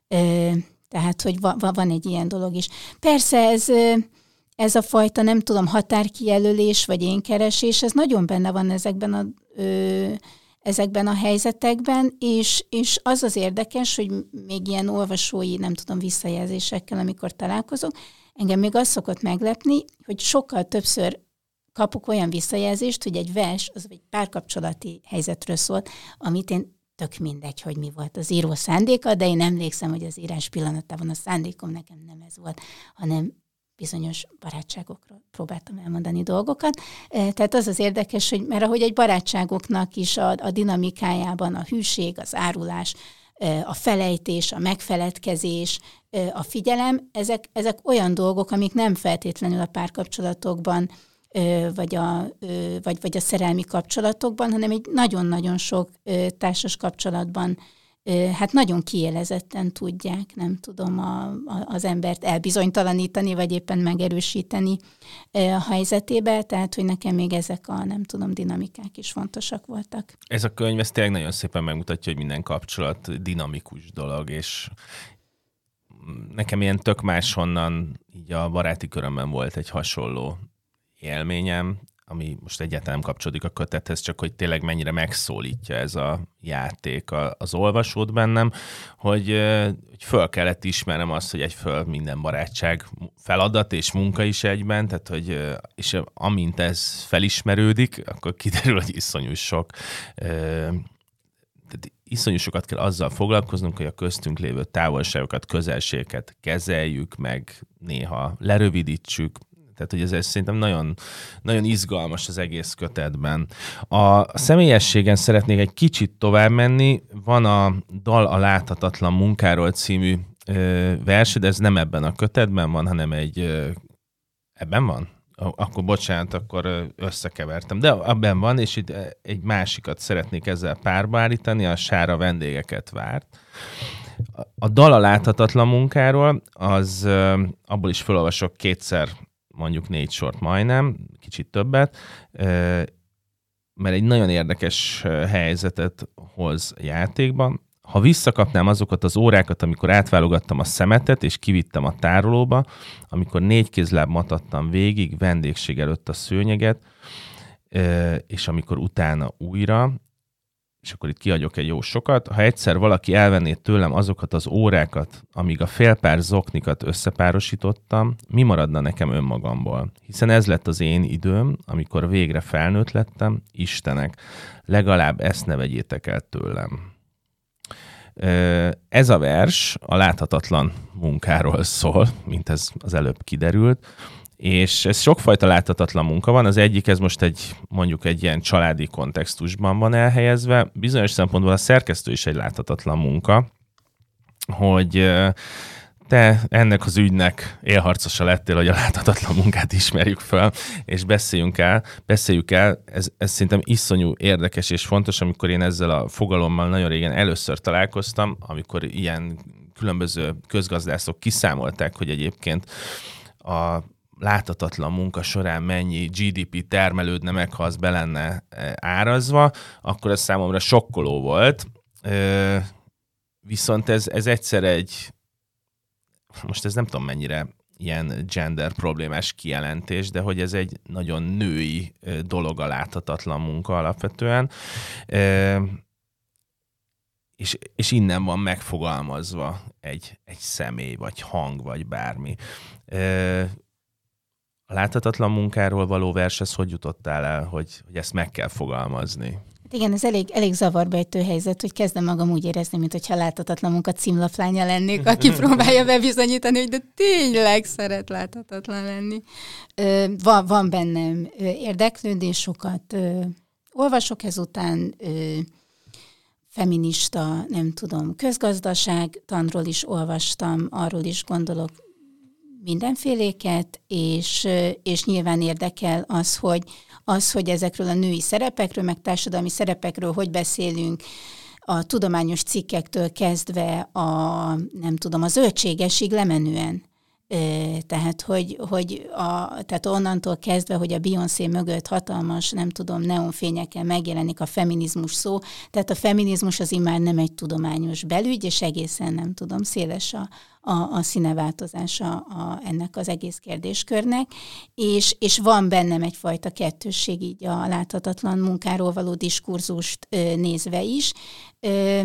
Tehát, hogy van egy ilyen dolog is. Persze ez... Ez a fajta, nem tudom, határkijelölés vagy énkeresés, ez nagyon benne van ezekben a... Ö, ezekben a helyzetekben, és, és az az érdekes, hogy még ilyen olvasói, nem tudom, visszajelzésekkel, amikor találkozok, engem még az szokott meglepni, hogy sokkal többször kapok olyan visszajelzést, hogy egy vers, az egy párkapcsolati helyzetről szól, amit én tök mindegy, hogy mi volt az író szándéka, de én emlékszem, hogy az írás pillanatában a szándékom nekem nem ez volt, hanem bizonyos barátságokról próbáltam elmondani dolgokat. Tehát az az érdekes, hogy mert ahogy egy barátságoknak is a, a dinamikájában a hűség, az árulás, a felejtés, a megfeledkezés, a figyelem, ezek, ezek olyan dolgok, amik nem feltétlenül a párkapcsolatokban, vagy a, vagy, vagy a szerelmi kapcsolatokban, hanem egy nagyon-nagyon sok társas kapcsolatban hát nagyon kiélezetten tudják, nem tudom, a, a, az embert elbizonytalanítani, vagy éppen megerősíteni a helyzetébe, tehát, hogy nekem még ezek a, nem tudom, dinamikák is fontosak voltak. Ez a könyv, ez tényleg nagyon szépen megmutatja, hogy minden kapcsolat dinamikus dolog, és nekem ilyen tök máshonnan, így a baráti körömben volt egy hasonló élményem, ami most egyáltalán nem kapcsolódik a kötethez, csak hogy tényleg mennyire megszólítja ez a játék az olvasót bennem, hogy, hogy föl kellett ismernem azt, hogy egyföl minden barátság feladat és munka is egyben, tehát hogy és amint ez felismerődik, akkor kiderül, hogy iszonyú sok, tehát iszonyú sokat kell azzal foglalkoznunk, hogy a köztünk lévő távolságokat, közelségeket kezeljük, meg néha lerövidítsük. Tehát, hogy ez, ez szerintem nagyon, nagyon izgalmas az egész kötetben. A személyességen szeretnék egy kicsit tovább menni. Van a Dal a láthatatlan munkáról című ö, vers, de ez nem ebben a kötetben van, hanem egy... Ö, ebben van? Akkor bocsánat, akkor összekevertem. De abban van, és itt egy másikat szeretnék ezzel párba állítani, a Sára vendégeket várt. A Dal a láthatatlan munkáról, az ö, abból is felolvasok kétszer, mondjuk négy sort majdnem, kicsit többet, mert egy nagyon érdekes helyzetet hoz játékban. Ha visszakapnám azokat az órákat, amikor átválogattam a szemetet, és kivittem a tárolóba, amikor négy kézláb matattam végig, vendégség előtt a szőnyeget, és amikor utána újra, és akkor itt kiadjuk egy jó sokat, ha egyszer valaki elvenné tőlem azokat az órákat, amíg a félpár zoknikat összepárosítottam, mi maradna nekem önmagamból? Hiszen ez lett az én időm, amikor végre felnőtt lettem, Istenek, legalább ezt ne vegyétek el tőlem. Ez a vers a láthatatlan munkáról szól, mint ez az előbb kiderült, és ez sokfajta láthatatlan munka van. Az egyik, ez most egy, mondjuk egy ilyen családi kontextusban van elhelyezve. Bizonyos szempontból a szerkesztő is egy láthatatlan munka, hogy te ennek az ügynek élharcosa lettél, hogy a láthatatlan munkát ismerjük fel, és beszéljünk el, beszéljük el. Ez, ez szerintem iszonyú érdekes és fontos, amikor én ezzel a fogalommal nagyon régen először találkoztam, amikor ilyen különböző közgazdászok kiszámolták, hogy egyébként a láthatatlan munka során mennyi gé dé pé termelődne meg, ha az be lenne árazva, akkor ez számomra sokkoló volt. Viszont ez, ez egyszer egy, most ez nem tudom mennyire ilyen gender problémás kijelentés, de hogy ez egy nagyon női dolog a láthatatlan munka alapvetően. És, és innen van megfogalmazva egy, egy személy, vagy hang, vagy bármi. A láthatatlan munkáról való vershez hogy jutottál el, hogy, hogy ezt meg kell fogalmazni? Igen, ez elég, elég zavarba ejtő helyzet, hogy kezdem magam úgy érezni, mintha láthatatlan munka címlaplánya lennék, aki próbálja bebizonyítani, hogy de tényleg szeret láthatatlan lenni. Van, van bennem érdeklődés, sokat olvasok ezután, feminista, nem tudom, közgazdaság, tanról is olvastam, arról is gondolok mindenféléket, és, és nyilván érdekel az hogy, az, hogy ezekről a női szerepekről, meg társadalmi szerepekről hogy beszélünk, a tudományos cikkektől kezdve a, nem tudom, a zöldségesig lemenően. Tehát, hogy, hogy a, tehát onnantól kezdve, hogy a Beyoncé mögött hatalmas, nem tudom, neonfényekkel megjelenik a feminizmus szó, tehát a feminizmus az immár nem egy tudományos belügy, és egészen, nem tudom, széles a, a, a színeváltozása a, ennek az egész kérdéskörnek, és, és van bennem egyfajta kettősség így a láthatatlan munkáról való diskurzust ö, nézve is, ö,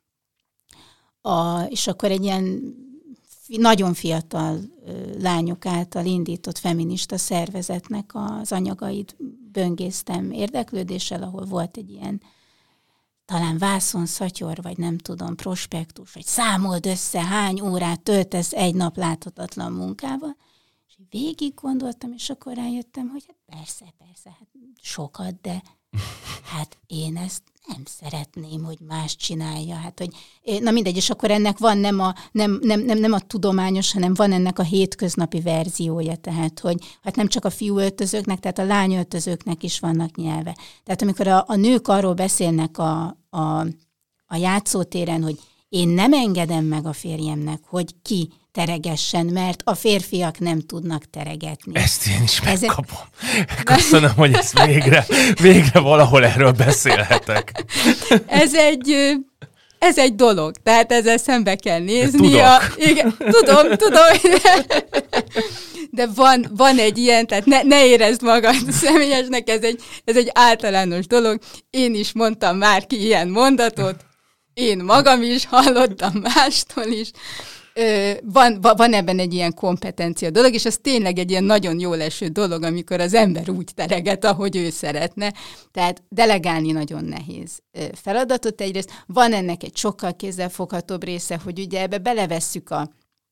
a, és akkor egy ilyen nagyon fiatal lányok által indított feminista szervezetnek az anyagait böngésztem érdeklődéssel, ahol volt egy ilyen talán vászonszatyor, vagy nem tudom, prospektus, vagy számold össze, hány órát töltesz egy nap láthatatlan munkával. És végig gondoltam, és akkor rájöttem, hogy hát persze, persze, hát sokat, de hát én ezt nem szeretném, hogy más csinálja. Hát, hogy, na mindegy, és akkor ennek van nem a, nem, nem, nem, nem a tudományos, hanem van ennek a hétköznapi verziója, tehát, hogy hát nem csak a fiúöltözőknek, tehát a lányöltözőknek is vannak nyelve. Tehát amikor a, a nők arról beszélnek a, a, a játszótéren, hogy én nem engedem meg a férjemnek, hogy ki teregessen, mert a férfiak nem tudnak teregetni. Ezt én is megkapom. Köszönöm, hogy ezt végre, végre valahol erről beszélhetek. Ez egy, ez egy dolog, tehát ezzel szembe kell nézni. A, igen, tudom, tudom. De van, van egy ilyen, tehát ne, ne érezd magad személyesnek, ez egy, ez egy általános dolog. Én is mondtam már ki ilyen mondatot, én magam is hallottam mástól is. Van, van ebben egy ilyen kompetencia dolog, és ez tényleg egy ilyen nagyon jól eső dolog, amikor az ember úgy tereget, ahogy ő szeretne. Tehát delegálni nagyon nehéz feladatot egyrészt. Van ennek egy sokkal kézzelfoghatóbb része, hogy ugye ebbe belevesszük a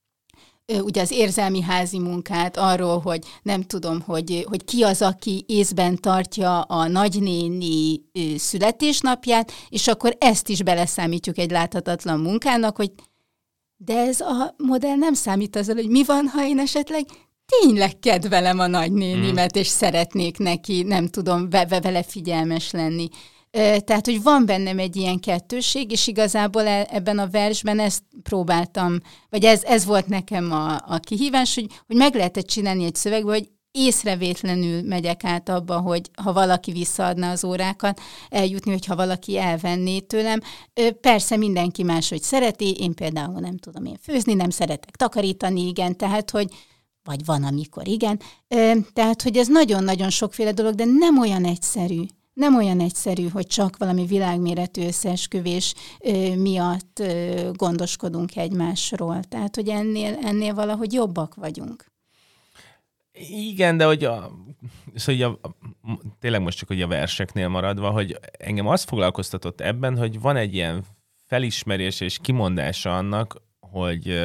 ugye az érzelmi házi munkát, arról, hogy nem tudom, hogy, hogy ki az, aki észben tartja a nagynéni születésnapját, és akkor ezt is beleszámítjuk egy láthatatlan munkának, hogy de ez a modell nem számít azzal, hogy mi van, ha én esetleg tényleg kedvelem a nagynénimet, mm. és szeretnék neki, nem tudom, vele figyelmes lenni. Tehát, hogy van bennem egy ilyen kettőség, és igazából ebben a versben ezt próbáltam, vagy ez, ez volt nekem a, a kihívás, hogy, hogy meg lehetett csinálni egy szövegbe, hogy észrevétlenül megyek át abba, hogy ha valaki visszaadna az órákat, eljutni, hogyha valaki elvenné tőlem. Persze mindenki máshogy szereti, én például nem tudom én főzni, nem szeretek takarítani, igen, tehát, hogy vagy van, amikor igen. Tehát, hogy ez nagyon-nagyon sokféle dolog, de nem olyan egyszerű. Nem olyan egyszerű, hogy csak valami világméretű összeesküvés miatt gondoskodunk egymásról. Tehát, hogy ennél, ennél valahogy jobbak vagyunk. Igen, de hogy a, szóval a, a, tényleg most csak hogy a verseknél maradva, hogy engem azt foglalkoztatott ebben, hogy van egy ilyen felismerés és kimondása annak, hogy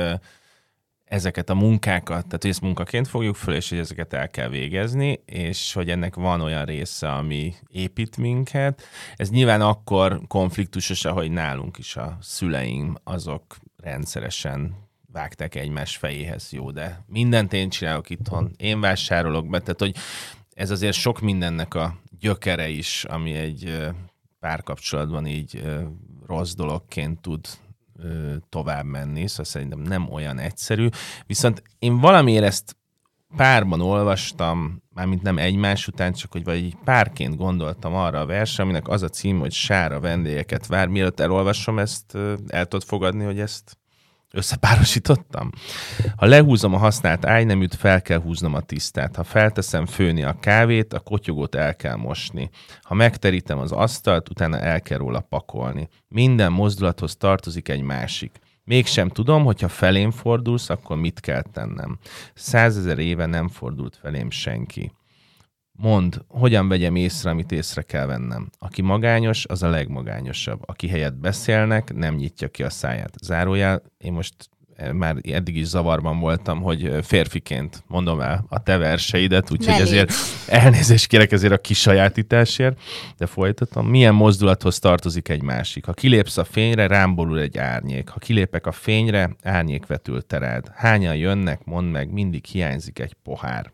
ezeket a munkákat, tehát hogy ezt munkaként fogjuk föl, és hogy ezeket el kell végezni, és hogy ennek van olyan része, ami épít minket. Ez nyilván akkor konfliktusos, ahogy nálunk is a szüleim, azok rendszeresen vágták egymás fejéhez, jó, de mindent én csinálok itthon, én vásárolok be, tehát hogy ez azért sok mindennek a gyökere is, ami egy párkapcsolatban így rossz dologként tud tovább menni, szóval szerintem nem olyan egyszerű. Viszont én valamiért ezt párban olvastam, mármint nem egymás után, csak hogy vagy így párként gondoltam arra a versre, aminek az a cím, hogy Sára vendégeket vár. Mielőtt elolvasom, ezt el tudod fogadni, hogy ezt összepárosítottam? Ha lehúzom a használt ágyneműt, fel kell húznom a tisztát. Ha felteszem főni a kávét, a kotyogót el kell mosni. Ha megterítem az asztalt, utána el kell róla pakolni. Minden mozdulathoz tartozik egy másik. Mégsem tudom, hogyha felém fordulsz, akkor mit kell tennem. Százezer éve nem fordult felém senki. Mondd, hogyan vegyem észre, amit észre kell vennem. Aki magányos, az a legmagányosabb. Aki helyett beszélnek, nem nyitja ki a száját. Zárójel, én most már eddig is zavarban voltam, hogy férfiként mondom el a te verseidet, úgyhogy ezért elnézést kérek ezért a kisajátításért, de folytatom. Milyen mozdulathoz tartozik egy másik? Ha kilépsz a fényre, rám borul egy árnyék. Ha kilépek a fényre, árnyék vetül terád. Hányan jönnek, mondd meg, mindig hiányzik egy pohár.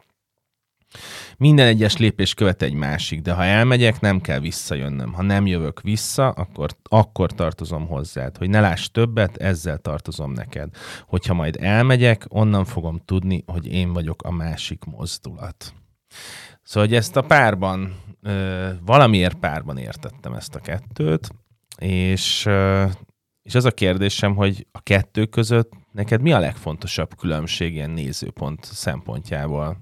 Minden egyes lépés követ egy másik, de ha elmegyek, nem kell visszajönnöm. Ha nem jövök vissza, akkor, akkor tartozom hozzád. Hogy ne láss többet, ezzel tartozom neked. Hogyha majd elmegyek, onnan fogom tudni, hogy én vagyok a másik mozdulat. Szóval, hogy ezt a párban, valamiért párban értettem ezt a kettőt, és, és az a kérdésem, hogy a kettő között neked mi a legfontosabb különbség ilyen nézőpont szempontjából?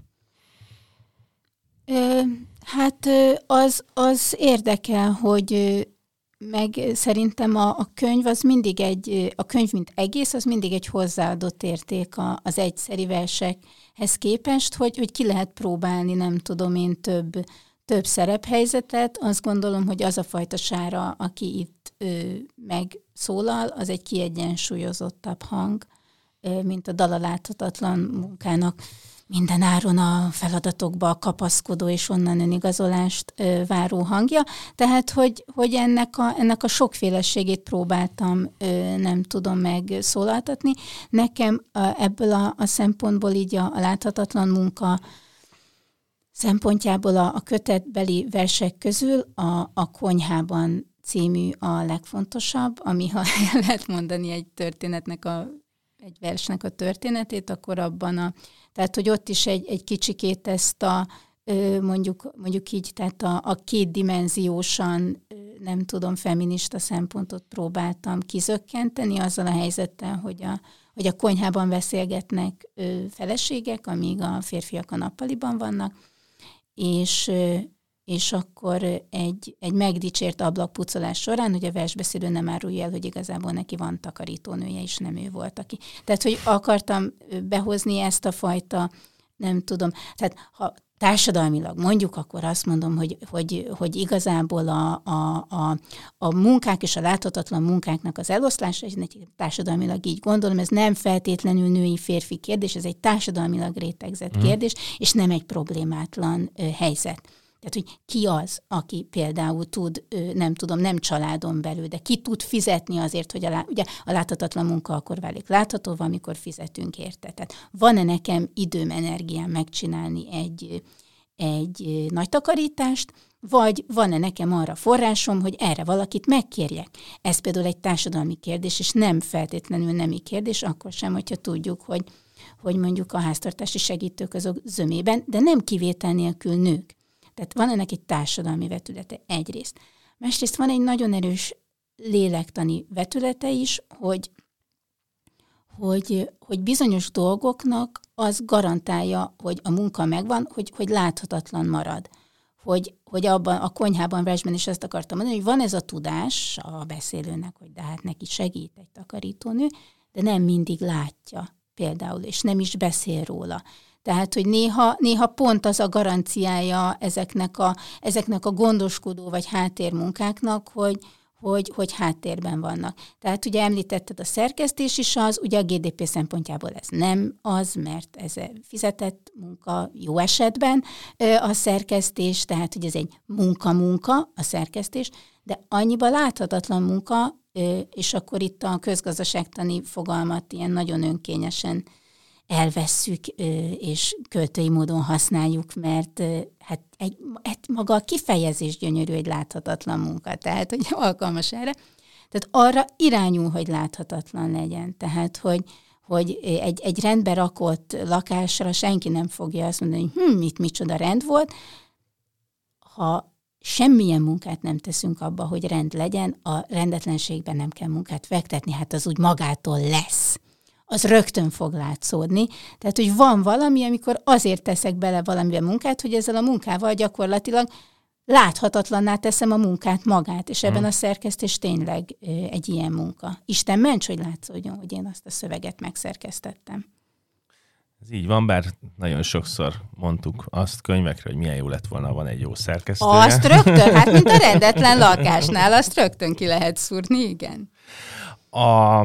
Hát az, az érdekel, hogy meg szerintem a, a könyv az mindig egy, a könyv mint egész, az mindig egy hozzáadott érték a, az egyszeri versekhez képest, hogy, hogy ki lehet próbálni, nem tudom én, több, több szerephelyzetet. Azt gondolom, hogy az a fajta Sára, aki itt ö, megszólal, az egy kiegyensúlyozottabb hang, ö, mint a dal a láthatatlan munkának minden áron a feladatokba kapaszkodó és onnan önigazolást ö, váró hangja. Tehát, hogy, hogy ennek, a, ennek a sokféleségét próbáltam, ö, nem tudom megszólaltatni. Nekem a, ebből a, a szempontból így a, a láthatatlan munka szempontjából a, a kötetbeli versek közül a, a Konyhában című a legfontosabb, ami, ha lehet mondani egy történetnek, a, egy versnek a történetét, akkor abban a, tehát, hogy ott is egy, egy kicsikét ezt a, mondjuk, mondjuk így, tehát a, a kétdimenziósan, nem tudom, feminista szempontot próbáltam kizökkenteni azzal a helyzettel, hogy a, hogy a konyhában beszélgetnek feleségek, amíg a férfiak a nappaliban vannak, és, és akkor egy, egy megdicsért ablakpucolás során, hogy a versbeszélő nem árulja el, hogy igazából neki van takarítónője, és nem ő volt aki. Tehát, hogy akartam behozni ezt a fajta, nem tudom, tehát ha társadalmilag mondjuk, akkor azt mondom, hogy, hogy, hogy igazából a, a, a, a munkák és a láthatatlan munkáknak az eloszlása, és társadalmilag így gondolom, ez nem feltétlenül női-férfi kérdés, ez egy társadalmilag rétegzett kérdés, és nem egy problémátlan ö, helyzet. Tehát, hogy ki az, aki például tud, nem tudom, nem családon belül, de ki tud fizetni azért, hogy a, ugye, a láthatatlan munka akkor válik láthatóvá, amikor fizetünk érte. Tehát van-e nekem időm, energiám megcsinálni egy, egy nagy takarítást, vagy van-e nekem arra forrásom, hogy erre valakit megkérjek. Ez például egy társadalmi kérdés, és nem feltétlenül nemi kérdés, akkor sem, hogyha tudjuk, hogy, hogy mondjuk a háztartási segítők azok zömében, de nem kivétel nélkül nők. Tehát van ennek egy társadalmi vetülete egyrészt. Másrészt van egy nagyon erős lélektani vetülete is, hogy, hogy, hogy bizonyos dolgoknak az garantálja, hogy a munka megvan, hogy, hogy láthatatlan marad. Hogy, hogy abban a konyhában, versben is ezt akartam mondani, hogy van ez a tudás a beszélőnek, hogy de hát neki segít egy takarítónő, de nem mindig látja például, és nem is beszél róla. Tehát, hogy néha, néha pont az a garanciája ezeknek a, ezeknek a gondoskodó vagy háttérmunkáknak, hogy, hogy, hogy háttérben vannak. Tehát ugye említetted a szerkesztés is az, ugye a gé dé pé szempontjából ez nem az, mert ez fizetett munka jó esetben a szerkesztés, tehát hogy ez egy munka-munka a szerkesztés, de annyiban láthatatlan munka, és akkor itt a közgazdaságtani fogalmat ilyen nagyon önkényesen elvesszük, és költői módon használjuk, mert hát egy, egy, maga a kifejezés gyönyörű, egy láthatatlan munka, tehát hogy alkalmas erre. Tehát arra irányul, hogy láthatatlan legyen. Tehát, hogy, hogy egy, egy rendbe rakott lakásra senki nem fogja azt mondani, hogy hm, itt micsoda rend volt. Ha semmilyen munkát nem teszünk abba, hogy rend legyen, a rendetlenségben nem kell munkát fektetni, hát az úgy magától lesz. Az rögtön fog látszódni. Tehát, hogy van valami, amikor azért teszek bele valamiben munkát, hogy ezzel a munkával gyakorlatilag láthatatlanná teszem a munkát magát, és ebben a szerkesztés tényleg egy ilyen munka. Isten ments, hogy látszódjon, hogy én azt a szöveget megszerkesztettem. Ez így van, bár nagyon sokszor mondtuk azt könyvekre, hogy milyen jó lett volna, van egy jó szerkesztője. Azt rögtön, hát mint a rendetlen lakásnál, azt rögtön ki lehet szúrni, igen. A...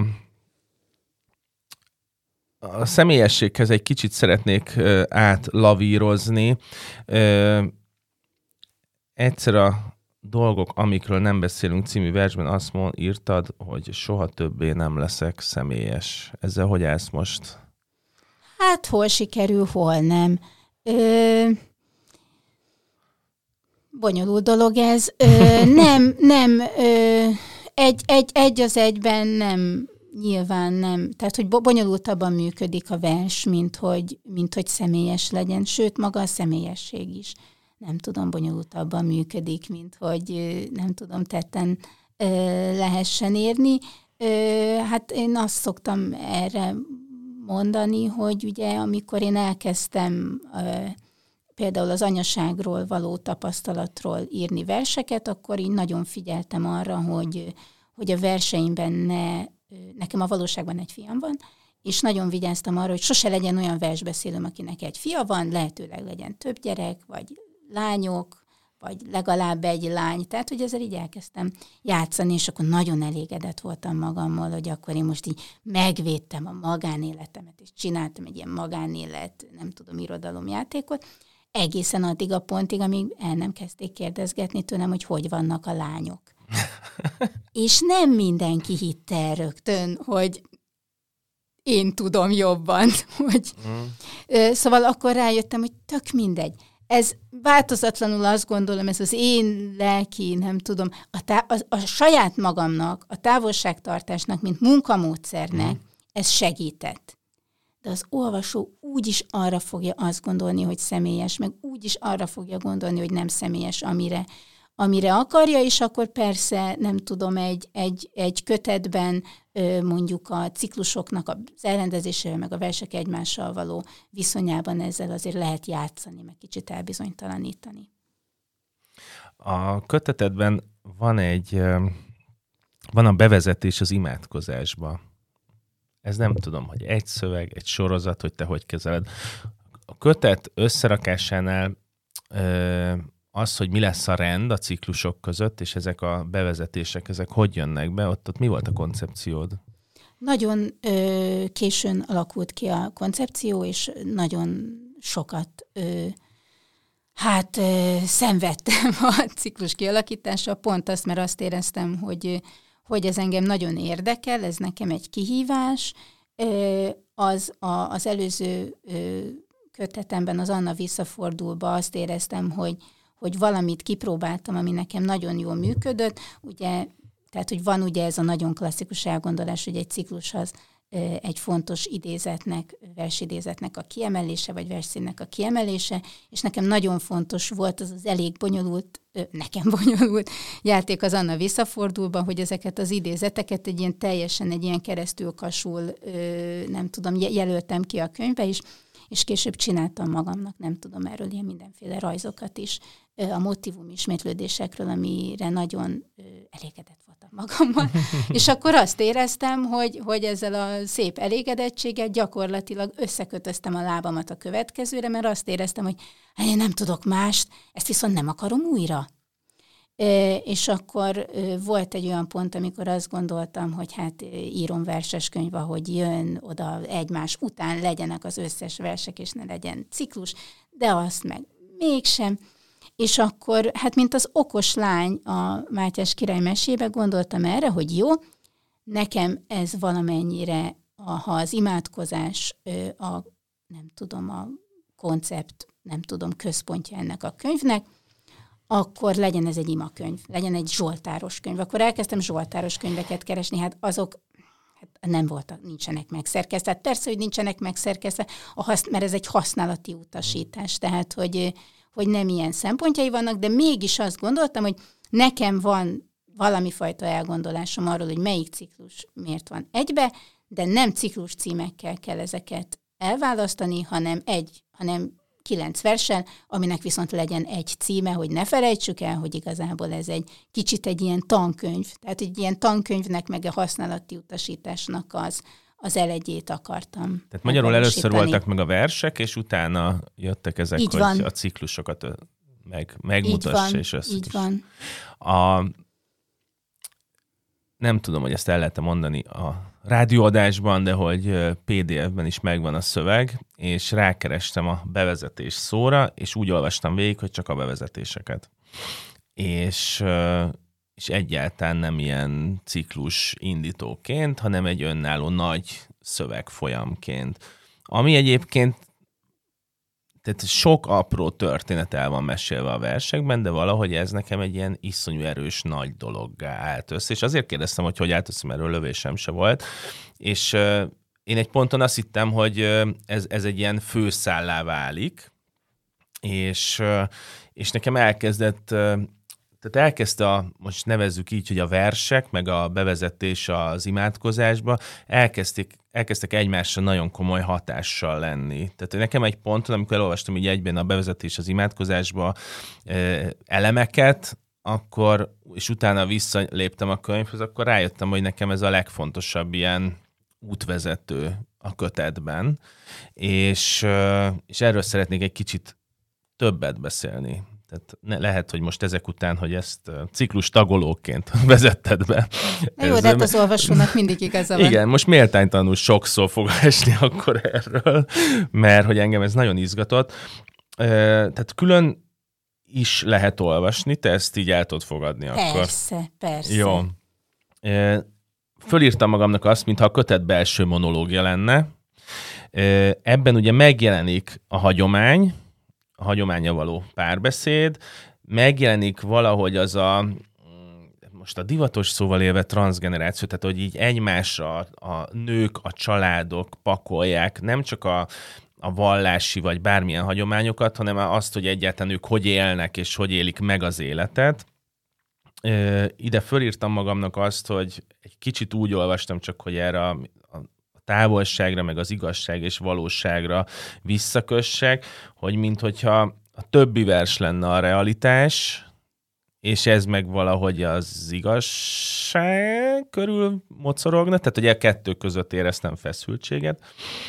A személyességhez egy kicsit szeretnék uh, átlavírozni. Uh, egyszer a Dolgok, amikről nem beszélünk című versben azt mond, írtad, hogy soha többé nem leszek személyes. Ezzel hogy állsz most? Hát hol sikerül, hol nem. Ö... Bonyolult dolog ez. Ö, nem, nem, ö, egy, egy, egy az egyben nem, nyilván nem. Tehát, hogy bonyolultabban működik a vers, mint hogy, mint hogy személyes legyen. Sőt, maga a személyesség is. Nem tudom, bonyolultabban működik, mint hogy nem tudom, tetten ö, lehessen érni. Ö, hát én azt szoktam erre mondani, hogy ugye amikor én elkezdtem ö, például az anyaságról való tapasztalatról írni verseket, akkor én nagyon figyeltem arra, hogy, hogy a verseimben ne, nekem a valóságban egy fiam van, és nagyon vigyáztam arra, hogy sose legyen olyan versbeszélőm, akinek egy fia van, lehetőleg legyen több gyerek, vagy lányok, vagy legalább egy lány. Tehát, hogy ezzel így elkezdtem játszani, és akkor nagyon elégedett voltam magammal, hogy akkor én most így megvédtem a magánéletemet, és csináltam egy ilyen magánélet, nem tudom, irodalomjátékot, egészen addig a pontig, amíg el nem kezdték kérdezgetni tőlem, hogy hogy vannak a lányok. És nem mindenki hitte el rögtön, hogy én tudom jobban. Hogy... Mm. Szóval akkor rájöttem, hogy tök mindegy. Ez változatlanul azt gondolom, ez az én lelki, nem tudom, a, tá- a, a saját magamnak, a távolságtartásnak, mint munkamódszernek, mm. ez segített. De az olvasó úgyis arra fogja azt gondolni, hogy személyes, meg úgyis arra fogja gondolni, hogy nem személyes, amire, amire akarja, és akkor persze, nem tudom, egy, egy, egy kötetben mondjuk a ciklusoknak az elrendezésével, meg a versek egymással való viszonyában ezzel azért lehet játszani, meg kicsit elbizonytalanítani. A kötetedben van egy, van a bevezetés az imádkozásba. Ez nem tudom, hogy egy szöveg, egy sorozat, hogy te hogy kezeled. A kötet összerakásánál ö, az, hogy mi lesz a rend a ciklusok között, és ezek a bevezetések, ezek hogy jönnek be, ott, ott mi volt a koncepciód? Nagyon ö, későn alakult ki a koncepció, és nagyon sokat ö, hát ö, szenvedtem a ciklus kialakítása, pont azt, mert azt éreztem, hogy hogy ez engem nagyon érdekel, ez nekem egy kihívás. Az, a, az előző kötetemben, az Anna visszafordulba azt éreztem, hogy, hogy valamit kipróbáltam, ami nekem nagyon jól működött. Ugye, tehát, hogy van ugye ez a nagyon klasszikus elgondolás, hogy egy ciklus az egy fontos idézetnek, versidézetnek a kiemelése, vagy versszínnek a kiemelése, és nekem nagyon fontos volt az az elég bonyolult, nekem bonyolult játék az Anna visszafordulban, hogy ezeket az idézeteket egy ilyen teljesen egy ilyen keresztülkasul, nem tudom, jelöltem ki a könyvbe is, és később csináltam magamnak, nem tudom, erről ilyen mindenféle rajzokat is, a motívum ismétlődésekről, amire nagyon elégedett voltam magammal. És akkor azt éreztem, hogy, hogy ezzel a szép elégedettséggel gyakorlatilag összekötöztem a lábamat a következőre, mert azt éreztem, hogy én nem tudok mást, ezt viszont nem akarom újra. És akkor volt egy olyan pont, amikor azt gondoltam, hogy hát írom verses könyv, ahogy jön oda egymás után, legyenek az összes versek, és ne legyen ciklus, de azt meg mégsem. És akkor, hát mint az okos lány a Mátyás király mesébe, gondoltam erre, hogy jó, nekem ez valamennyire, a, ha az imádkozás, a, nem tudom, a koncept, nem tudom, központja ennek a könyvnek, akkor legyen ez egy imakönyv, legyen egy zsoltáros könyv. Akkor elkezdtem zsoltáros könyveket keresni, hát azok hát nem voltak, nincsenek megszerkesztve. Hát persze, hogy nincsenek megszerkesztve, a hasz, mert ez egy használati utasítás, tehát, hogy, hogy nem ilyen szempontjai vannak, de mégis azt gondoltam, hogy nekem van valami fajta elgondolásom arról, hogy melyik ciklus miért van egybe, de nem ciklus címekkel kell ezeket elválasztani, hanem egy, hanem kilenc versen, aminek viszont legyen egy címe, hogy ne felejtsük el, hogy igazából ez egy kicsit egy ilyen tankönyv. Tehát egy ilyen tankönyvnek, meg a használati utasításnak az, az elegyét akartam. Tehát magyarul először voltak meg a versek, és utána jöttek ezek, így hogy van. A ciklusokat meg, megmutassa és összes. Így van. A, nem tudom, hogy ezt el lehet mondani a rádióadásban, de hogy pé dé ef-ben is megvan a szöveg, és rákerestem a bevezetés szóra, és úgy olvastam végig, hogy csak a bevezetéseket. És, és egyáltalán nem ilyen ciklus indítóként, hanem egy önálló nagy szövegfolyamként. Ami egyébként, tehát sok apró történet el van mesélve a versekben, de valahogy ez nekem egy ilyen iszonyú erős nagy dologgá állt össze. És azért kérdeztem, hogy hogy állt össze, mert erről lövésem se volt. És uh, én egy ponton azt hittem, hogy uh, ez, ez egy ilyen főszállá válik, és, uh, és nekem elkezdett, uh, tehát elkezdte a, most nevezzük így, hogy a versek, meg a bevezetés az imádkozásba, elkezdték elkezdtek egymásra nagyon komoly hatással lenni. Tehát nekem egy ponton, amikor elolvastam így egyben a bevezetés az imádkozásba elemeket, akkor, és utána visszaléptem a könyvhöz, akkor rájöttem, hogy nekem ez a legfontosabb ilyen útvezető a kötetben, és, és erről szeretnék egy kicsit többet beszélni. Tehát ne, lehet, hogy most ezek után, hogy ezt ciklus tagolóként vezetted be. Jó, de hát az olvasónak mindig igaza van. Igen, most méltánytalanul sokszor fog esni akkor erről, mert hogy engem ez nagyon izgatott. Tehát külön is lehet olvasni, te ezt így el tudod fogadni persze, akkor. Persze, persze. Jó. Fölírtam magamnak azt, mintha a kötet belső monológia lenne. Ebben ugye megjelenik a hagyomány, a hagyománya való párbeszéd, megjelenik valahogy az a, most a divatos szóval élve transzgeneráció, tehát hogy így egymásra a nők, a családok pakolják, nem csak a, a vallási vagy bármilyen hagyományokat, hanem azt, hogy egyáltalán ők hogy élnek és hogy élik meg az életet. Ide fölírtam magamnak azt, hogy egy kicsit úgy olvastam csak, hogy erre a távolságra, meg az igazság és valóságra visszakössek, hogy minthogyha a többi vers lenne a realitás, és ez meg valahogy az igazság körül mocorogna, tehát ugye a kettő között éreztem feszültséget.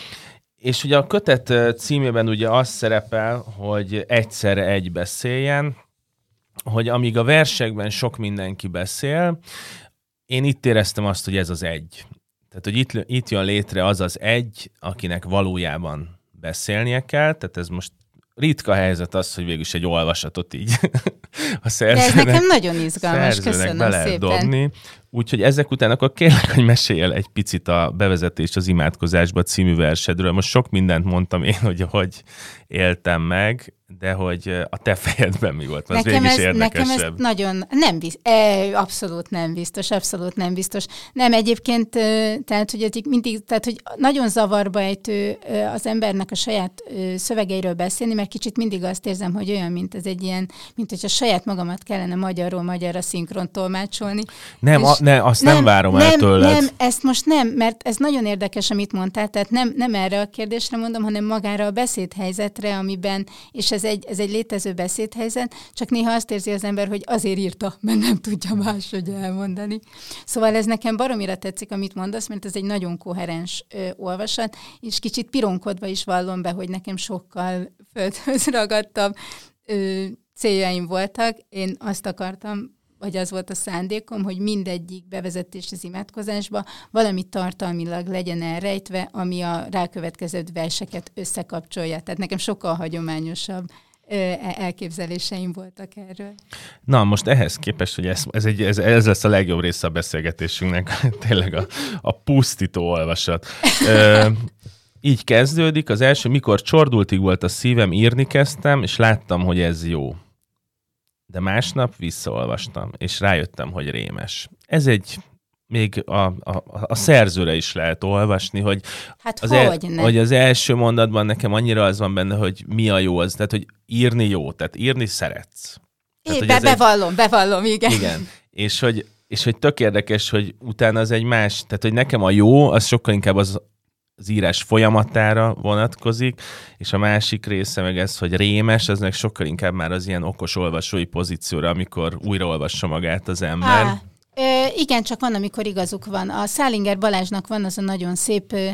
És ugye a kötet címében ugye az szerepel, hogy egyszerre egy beszéljen, hogy amíg a versekben sok mindenki beszél, én itt éreztem azt, hogy ez az egy. Tehát, hogy itt, itt jön létre az az egy, akinek valójában beszélnie kell, tehát ez most ritka helyzet az, hogy végülis egy olvasatot így a szerzőnek, de ez nekem nagyon izgalmas, köszönöm be lehet szépen. dobni. Úgyhogy ezek után akkor kérlek, hogy mesélj el egy picit a Bevezetés az imádkozásba című versedről. Most sok mindent mondtam én, hogy hogy éltem meg, de hogy a te fejedben mi volt, az nekem végig ez, is érdekesebb. Nekem ez nagyon nem biztos, abszolút nem biztos, abszolút nem biztos. Nem, egyébként, tehát, hogy mindig, tehát, hogy nagyon zavarba ejtő az embernek a saját szövegeiről beszélni, mert kicsit mindig azt érzem, hogy olyan, mint ez egy ilyen, mint hogyha saját magamat kellene magyarról magyarra szinkron tolmácsolni. Nem, a, ne, azt nem, nem várom nem, el tőled. Nem, ezt most nem, mert ez nagyon érdekes, amit mondtál, tehát nem, nem erre a kérdésre mondom, hanem magára a beszédhelyzetre, amiben, és ez egy, ez egy létező beszédhelyzet, csak néha azt érzi az ember, hogy azért írta, mert nem tudja máshogy elmondani. Szóval ez nekem baromira tetszik, amit mondasz, mert ez egy nagyon koherens ö, olvasat, és kicsit pironkodva is vallom be, hogy nekem sokkal földhöz ragadtabb ö, céljaim voltak. Én azt akartam, vagy az volt a szándékom, hogy mindegyik bevezetés az imádkozásba valami tartalmilag legyen elrejtve, ami a rákövetkező verseket összekapcsolja. Tehát nekem sokkal hagyományosabb elképzeléseim voltak erről. Na, most ehhez képest, hogy ez, ez, egy, ez, ez lesz a legjobb része a beszélgetésünknek, tényleg a, a pusztító olvasat. Ö, így kezdődik, az első, mikor csordultig volt a szívem, írni kezdtem, és láttam, hogy ez jó. De másnap visszaolvastam, és rájöttem, hogy rémes. Ez egy, még a, a, a szerzőre is lehet olvasni, hogy, hát az, hogy, el, hogy az első mondatban nekem annyira az van benne, hogy mi a jó az, tehát hogy írni jó, tehát írni szeretsz. Tehát, é, be, bevallom, egy, bevallom, igen. Igen, és hogy, és hogy tök érdekes, hogy utána az egy más, tehát hogy nekem a jó, az sokkal inkább az az írás folyamatára vonatkozik, és a másik része meg ez, hogy rémes, az meg sokkal inkább már az ilyen okos olvasói pozícióra, amikor újraolvassa magát az ember. Á, ö, igen, csak van, amikor igazuk van. A Szálinger Balázsnak van az a nagyon szép, ö,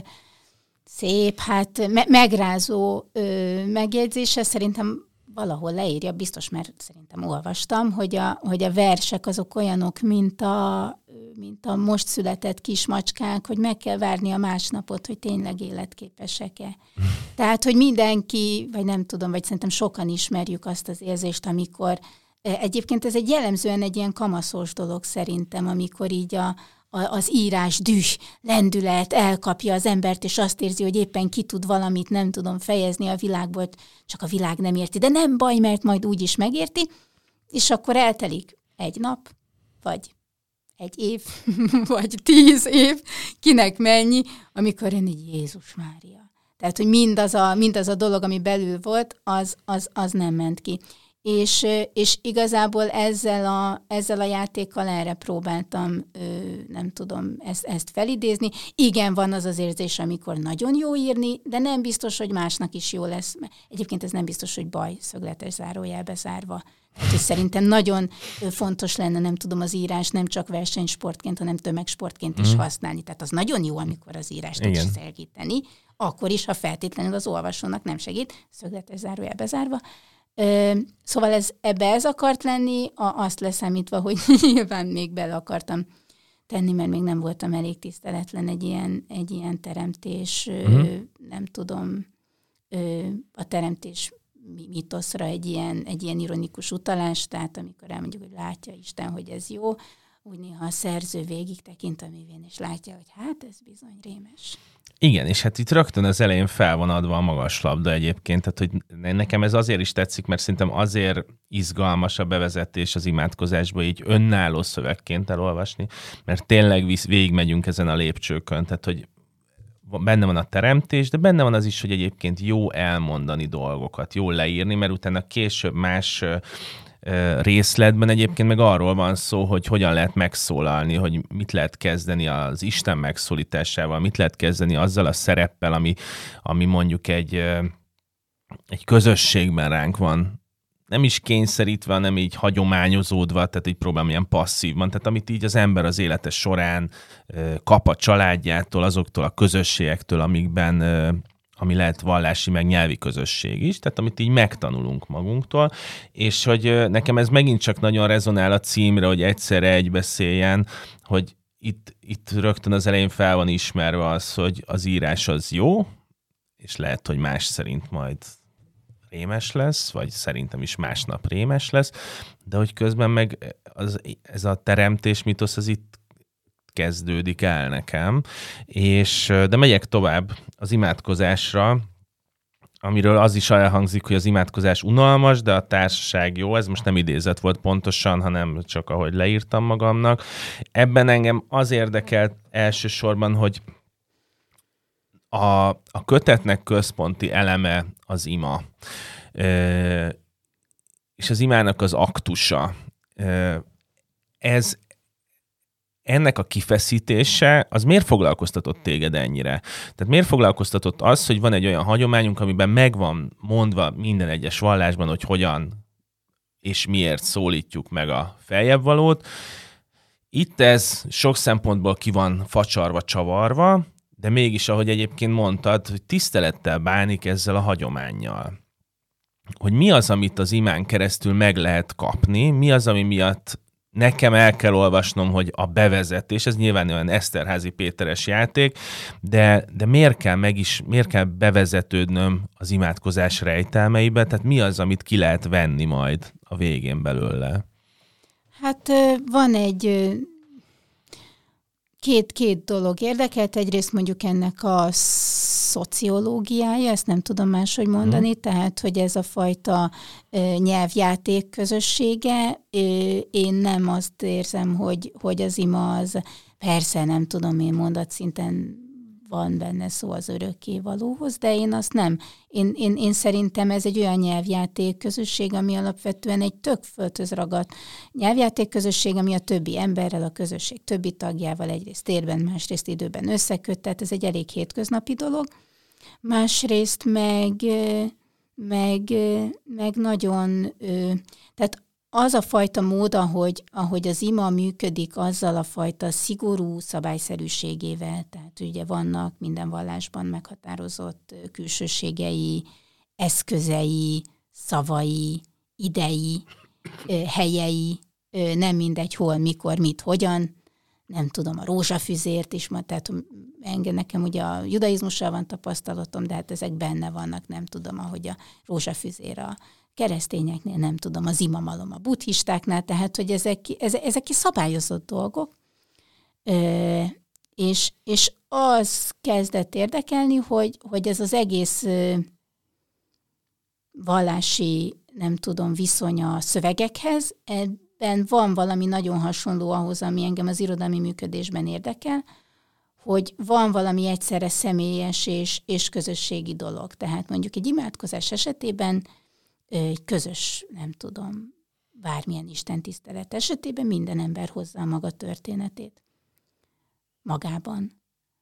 szép, hát me- megrázó ö, megjegyzése, szerintem valahol leírja, biztos, mert szerintem olvastam, hogy a, hogy a versek azok olyanok, mint a, mint a most született kismacskák, hogy meg kell várni a másnapot, hogy tényleg életképesek-e. Tehát, hogy mindenki, vagy nem tudom, vagy szerintem sokan ismerjük azt az érzést, amikor egyébként ez egy jellemzően egy ilyen kamaszos dolog szerintem, amikor így a, a, az írás, düh, lendület elkapja az embert, és azt érzi, hogy éppen ki tud valamit, nem tudom fejezni a világból, csak a világ nem érti. De nem baj, mert majd úgy is megérti, és akkor eltelik egy nap, vagy egy év, vagy tíz év, kinek mennyi, amikor én így Jézus Mária. Tehát, hogy mindaz a, mindaz a dolog, ami belül volt, az, az, az nem ment ki. És, és igazából ezzel a, ezzel a játékkal erre próbáltam, nem tudom, ezt, ezt felidézni. Igen, van az az érzés, amikor nagyon jó írni, de nem biztos, hogy másnak is jó lesz. Egyébként ez nem biztos, hogy baj, szögletes zárójelbe zárva. Tehát, hogy szerintem nagyon fontos lenne, nem tudom, az írás nem csak versenysportként, hanem tömegsportként is mm. használni. Tehát az nagyon jó, amikor az írást tudsz segíteni, akkor is, ha feltétlenül az olvasónak nem segít, szögletes zárójelbe zárva. Szóval ez, ebbe ez akart lenni, a, azt leszámítva, hogy nyilván még bele akartam tenni, mert még nem voltam elég tiszteletlen egy ilyen, egy ilyen teremtés, uh-huh. nem tudom, a teremtés mitoszra egy ilyen, egy ilyen ironikus utalás, tehát amikor elmondjuk, hogy látja Isten, hogy ez jó, úgy néha a szerző végig tekint a művén, és látja, hogy hát ez bizony rémes. Igen, és hát itt rögtön az elején fel van adva a magaslabda egyébként, tehát hogy nekem ez azért is tetszik, mert szerintem azért izgalmas a bevezetés az imádkozásba így önálló szövegként elolvasni, mert tényleg végigmegyünk ezen a lépcsőkön, tehát hogy benne van a teremtés, de benne van az is, hogy egyébként jó elmondani dolgokat, jó leírni, mert utána később más részletben egyébként meg arról van szó, hogy hogyan lehet megszólalni, hogy mit lehet kezdeni az Isten megszólításával, mit lehet kezdeni azzal a szereppel, ami, ami mondjuk egy, egy közösségben ránk van. Nem is kényszerítve, hanem így hagyományozódva, tehát így próbálom ilyen passzívban, tehát amit így az ember az élete során kap a családjától, azoktól a közösségektől, amikben ami lehet vallási, meg nyelvi közösség is, tehát amit így megtanulunk magunktól, és hogy nekem ez megint csak nagyon rezonál a címre, hogy egyszerre egy beszéljen, hogy itt, itt rögtön az elején fel van ismerve az, hogy az írás az jó, és lehet, hogy más szerint majd rémes lesz, vagy szerintem is másnap rémes lesz, de hogy közben meg az, ez a teremtés mitosz az itt kezdődik el nekem, és, de megyek tovább az imádkozásra, amiről az is elhangzik, hogy az imádkozás unalmas, de a társaság jó, ez most nem idézet volt pontosan, hanem csak ahogy leírtam magamnak. Ebben engem az érdekelt elsősorban, hogy a, a kötetnek központi eleme az ima, e, és az imának az aktusa. E, ez ennek a kifeszítése, az miért foglalkoztatott téged ennyire? Tehát miért foglalkoztatott az, hogy van egy olyan hagyományunk, amiben megvan mondva minden egyes vallásban, hogy hogyan és miért szólítjuk meg a feljebvalót. Itt ez sok szempontból ki van facsarva, csavarva, de mégis, ahogy egyébként mondtad, hogy tisztelettel bánik ezzel a hagyománnyal. Hogy mi az, amit az imán keresztül meg lehet kapni, mi az, ami miatt nekem el kell olvasnom, hogy a bevezetés, ez nyilván olyan Eszterházy Péteres játék, de, de miért kell meg is, miért kell bevezetődnöm az imádkozás rejtelmeibe? Tehát mi az, amit ki lehet venni majd a végén belőle? Hát van egy két, két dolog érdekelt. Egyrészt mondjuk ennek a szociológiája, ezt nem tudom máshogy mondani, hmm. tehát, hogy ez a fajta nyelvjáték közössége, én nem azt érzem, hogy, hogy az ima az, persze nem tudom én mondatszinten van benne szó az örökkévalóhoz, de én azt nem. Én, én, én szerintem ez egy olyan nyelvjáték közösség, ami alapvetően egy tök földhöz ragadt nyelvjáték közösség, ami a többi emberrel, a közösség többi tagjával egyrészt térben, másrészt időben összeköt, tehát ez egy elég hétköznapi dolog. Másrészt meg, meg, meg nagyon, tehát az a fajta mód, ahogy, ahogy az ima működik, azzal a fajta szigorú szabályszerűségével, tehát ugye vannak minden vallásban meghatározott külsőségei, eszközei, szavai, idei, helyei, nem mindegy hol, mikor, mit, hogyan, nem tudom, a rózsafüzért is, tehát engem nekem ugye a judaizmussal van tapasztalatom, de hát ezek benne vannak, nem tudom, ahogy a rózsafüzér a keresztényeknél, nem tudom, az imamalom a buddhistáknál, tehát, hogy ezek, ezek, ezek szabályozott dolgok, ö, és, és az kezdett érdekelni, hogy, hogy ez az egész ö, vallási, nem tudom, viszony a szövegekhez, ebben van valami nagyon hasonló ahhoz, ami engem az irodalmi működésben érdekel, hogy van valami egyszerre személyes és, és közösségi dolog. Tehát mondjuk egy imádkozás esetében egy közös, nem tudom, bármilyen istentisztelet esetében minden ember hozza a maga történetét magában.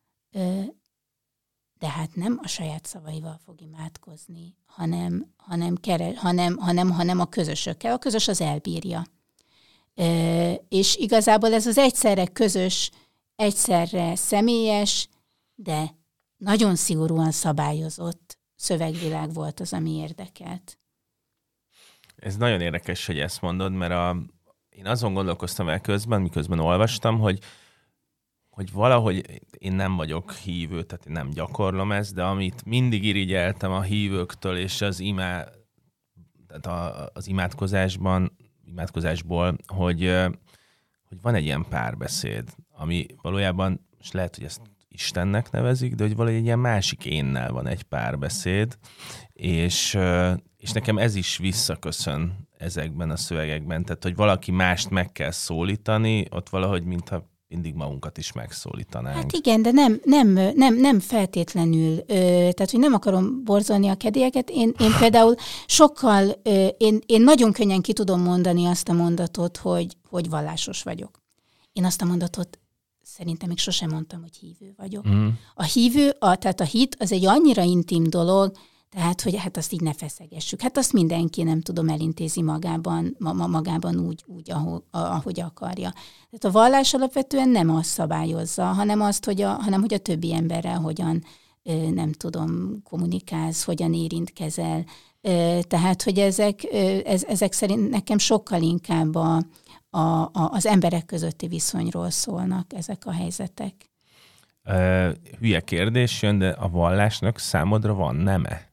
De hát nem a saját szavaival fog imádkozni, hanem, hanem, kere, hanem, hanem, hanem a közösökkel. A közös az elbírja. És igazából ez az egyszerre közös, egyszerre személyes, de nagyon szigorúan szabályozott szövegvilág volt az, ami érdekelt. Ez nagyon érdekes, hogy ezt mondod, mert a, én azon gondolkoztam el közben, miközben olvastam, hogy, hogy valahogy én nem vagyok hívő, tehát én nem gyakorlom ezt, de amit mindig irigyeltem a hívőktől és az, imá, tehát a, az imádkozásban, imádkozásból, hogy, hogy van egy ilyen párbeszéd, ami valójában, és lehet, hogy ezt Istennek nevezik, de hogy valahogy egy ilyen másik énnel van egy párbeszéd, és, és nekem ez is visszaköszön ezekben a szövegekben, tehát hogy valaki mást meg kell szólítani, ott valahogy mintha mindig magunkat is megszólítanánk. Hát igen, de nem, nem, nem, nem feltétlenül, ö, tehát hogy nem akarom borzolni a kedélyeket. Én, én például sokkal, ö, én, én nagyon könnyen ki tudom mondani azt a mondatot, hogy, hogy vallásos vagyok. Én azt a mondatot szerintem még sosem mondtam, hogy hívő vagyok. Mm. A hívő, a, tehát a hit, az egy annyira intim dolog, tehát, hogy hát azt így ne feszegessük. Hát azt mindenki, nem tudom, elintézi magában, ma, magában úgy, úgy ahogy, ahogy akarja. Tehát a vallás alapvetően nem azt szabályozza, hanem azt, hogy a, hanem hogy a többi emberrel hogyan, nem tudom, kommunikálsz, hogyan érintkezel. Tehát, hogy ezek, ez, ezek szerint nekem sokkal inkább a, a, a, az emberek közötti viszonyról szólnak ezek a helyzetek. Uh, hülye kérdés jön, de a vallásnak számodra van neme?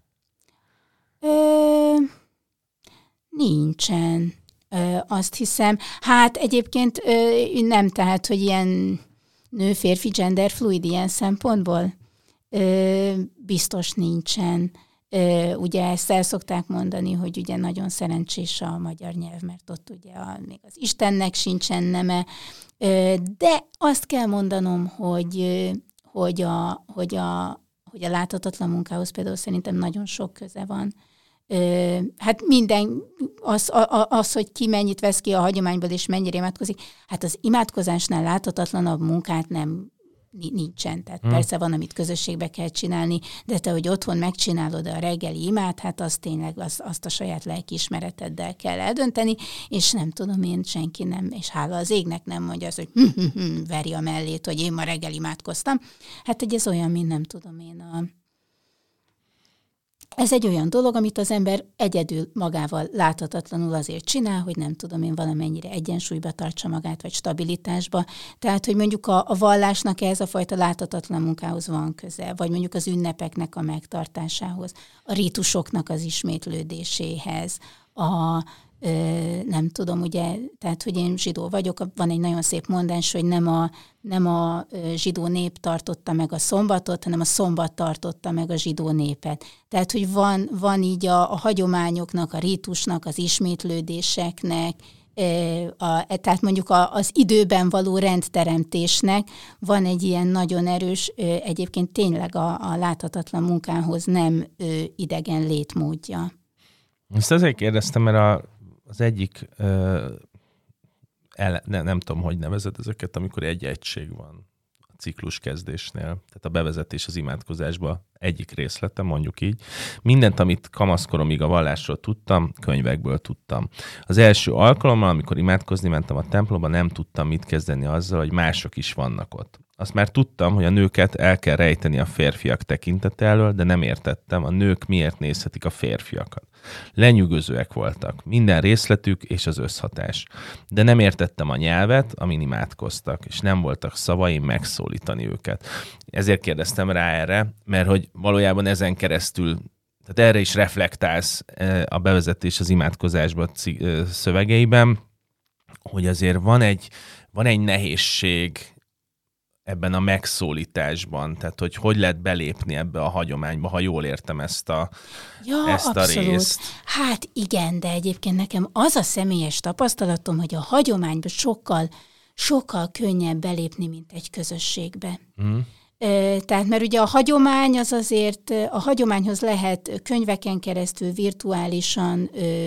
Ö, nincsen. Ö, azt hiszem. Hát egyébként ö, nem, tehát, hogy ilyen nő-férfi gender fluid ilyen szempontból ö, biztos nincsen. Ö, ugye ezt el szokták mondani, hogy ugye nagyon szerencsés a magyar nyelv, mert ott ugye a, még az Istennek sincsen neme. Ö, de azt kell mondanom, hogy, hogy, a, hogy, a, hogy a láthatatlan munkához például szerintem nagyon sok köze van. Ö, hát minden, az, a, az, hogy ki mennyit vesz ki a hagyományból, és mennyire imádkozik, hát az imádkozásnál láthatatlanabb munkát nem nincsen. Tehát hmm. persze van, amit közösségbe kell csinálni, de te, hogy otthon megcsinálod a reggeli imát, hát az tényleg az, azt a saját lelkiismereteddel kell eldönteni, és nem tudom én, senki nem, és hála az égnek nem mondja az, hogy hm, hm, hm, veri a mellét, hogy én ma reggel imádkoztam. Hát egy ez olyan, mint nem tudom én a Ez egy olyan dolog, amit az ember egyedül magával láthatatlanul azért csinál, hogy nem tudom én valamennyire egyensúlyba tartsa magát, vagy stabilitásba. Tehát, hogy mondjuk a, a vallásnak ez a fajta láthatatlan munkához van köze, vagy mondjuk az ünnepeknek a megtartásához, a rítusoknak az ismétlődéséhez, a nem tudom, ugye, tehát, hogy én zsidó vagyok, van egy nagyon szép mondás, hogy nem a, nem a zsidó nép tartotta meg a szombatot, hanem a szombat tartotta meg a zsidó népet. Tehát, hogy van, van így a, a hagyományoknak, a rítusnak, az ismétlődéseknek, a, tehát mondjuk a, az időben való rendteremtésnek van egy ilyen nagyon erős, egyébként tényleg a, a láthatatlan munkához nem idegen létmódja. Ezt azért kérdeztem, mert a az egyik, uh, ele, ne, nem tudom, hogy nevezed ezeket, amikor egy egység van a ciklus kezdésnél, tehát a bevezetés az imádkozásba egyik részlete, mondjuk így. Mindent, amit kamaszkoromig a vallásról tudtam, könyvekből tudtam. Az első alkalommal, amikor imádkozni mentem a templomba, nem tudtam mit kezdeni azzal, hogy mások is vannak ott. Azt már tudtam, hogy a nőket el kell rejteni a férfiak tekintete elől, de nem értettem, a nők miért nézhetik a férfiakat. Lenyűgözőek voltak, minden részletük és az összhatás. De nem értettem a nyelvet, amin imádkoztak, és nem voltak szavaim megszólítani őket. Ezért kérdeztem rá erre, mert hogy valójában ezen keresztül, tehát erre is reflektálsz a bevezetés az imádkozásba szövegeiben, hogy azért van egy, van egy nehézség ebben a megszólításban, tehát hogy hogy lehet belépni ebbe a hagyományba, ha jól értem ezt a, ja, ezt a részt. Hát igen, de egyébként nekem az a személyes tapasztalatom, hogy a hagyományba sokkal, sokkal könnyebb belépni, mint egy közösségbe. Mm. Tehát, mert ugye a hagyomány az azért, a hagyományhoz lehet könyveken keresztül virtuálisan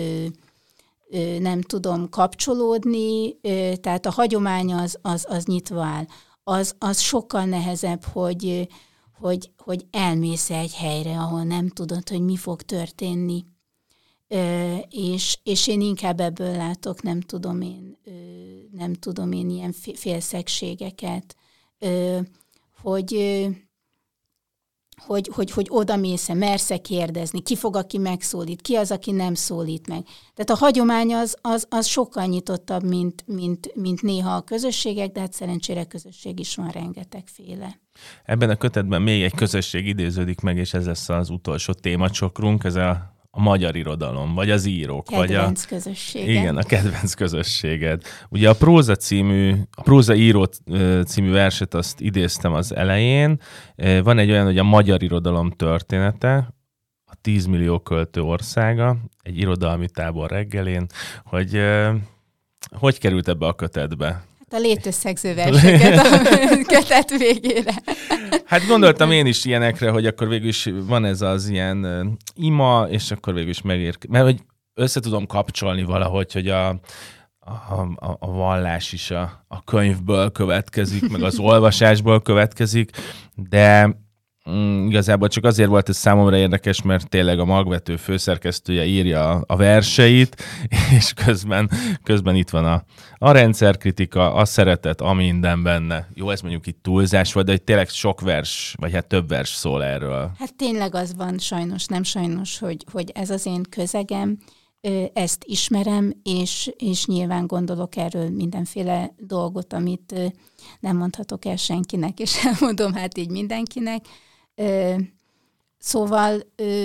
nem tudom kapcsolódni, tehát a hagyomány az, az, az nyitva áll. Az, az sokkal nehezebb, hogy, hogy, hogy elmész egy helyre, ahol nem tudod, hogy mi fog történni. Ö, és, és én inkább ebből látok, nem tudom én, ö, nem tudom én ilyen félszegségeket, ö, hogy, ö, hogy, hogy, hogy oda mész-e, mersz-e kérdezni, ki fog, aki megszólít, ki az, aki nem szólít meg. Tehát a hagyomány az, az, az sokkal nyitottabb, mint, mint, mint néha a közösségek, de hát szerencsére közösség is van rengetegféle. Ebben a kötetben még egy közösség idéződik meg, és ez lesz az utolsó témacsokrunk, ez a a magyar irodalom, vagy az írók. Kedvenc vagy a, közösséged. Igen, a kedvenc közösséged. Ugye a Próza című, a Próza író című verset azt idéztem az elején. Van egy olyan, hogy a magyar irodalom története, a tízmillió költő országa, egy irodalmi tábor reggelén, hogy hogy került ebbe a kötetbe? Hát a létösszegző verseket a kötet végére. Hát gondoltam én is ilyenekre, hogy akkor végül is van ez az ilyen ima, és akkor végül is megérkezik. Mert hogy össze tudom kapcsolni valahogy, hogy a, a, a vallás is a, a könyvből következik, meg az olvasásból következik, de mm, igazából csak azért volt ez számomra érdekes, mert tényleg a Magvető főszerkesztője írja a, a verseit, és közben, közben itt van a, a rendszerkritika, a szeretet, a minden benne. Jó, ez mondjuk itt túlzás volt, de hogy tényleg sok vers, vagy hát több vers szól erről. Hát tényleg az van, sajnos, nem sajnos, hogy, hogy ez az én közegem, ezt ismerem, és, és nyilván gondolok erről mindenféle dolgot, amit nem mondhatok el senkinek, és elmondom hát így mindenkinek. Szóval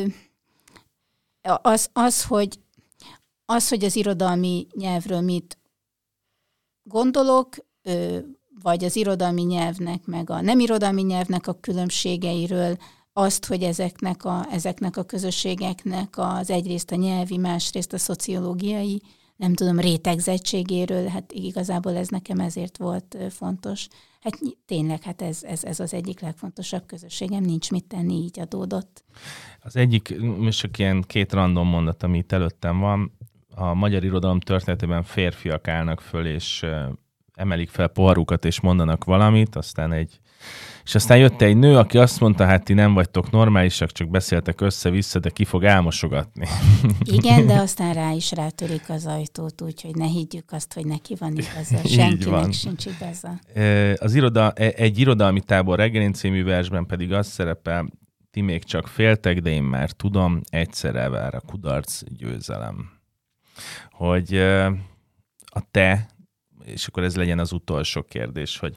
az, az, hogy, az, hogy az irodalmi nyelvről mit gondolok, vagy az irodalmi nyelvnek, meg a nem irodalmi nyelvnek a különbségeiről, azt, hogy ezeknek a, ezeknek a közösségeknek az egyrészt a nyelvi, másrészt a szociológiai, nem tudom, rétegzettségéről, hát igazából ez nekem ezért volt fontos. Hát tényleg, hát ez, ez, ez az egyik legfontosabb közösségem, nincs mit tenni, így adódott. Az egyik, most csak ilyen két random mondat, ami itt előttem van, a magyar irodalom történetében férfiak állnak föl, és emelik fel poharukat, és mondanak valamit, aztán egy És aztán jött egy nő, aki azt mondta, hát ti nem vagytok normálisak, csak beszéltek össze-vissza, de ki fog elmosogatni. Igen, de aztán rá is rátörik az ajtót, úgyhogy ne higgyük azt, hogy neki van igaza. Senkinek sincs igaza. Az iroda, egy irodalmi tábor reggelén című versben pedig az szerepel, ti még csak féltek, de én már tudom, egyszer elvár a kudarc győzelem. Hogy a te, és akkor ez legyen az utolsó kérdés, hogy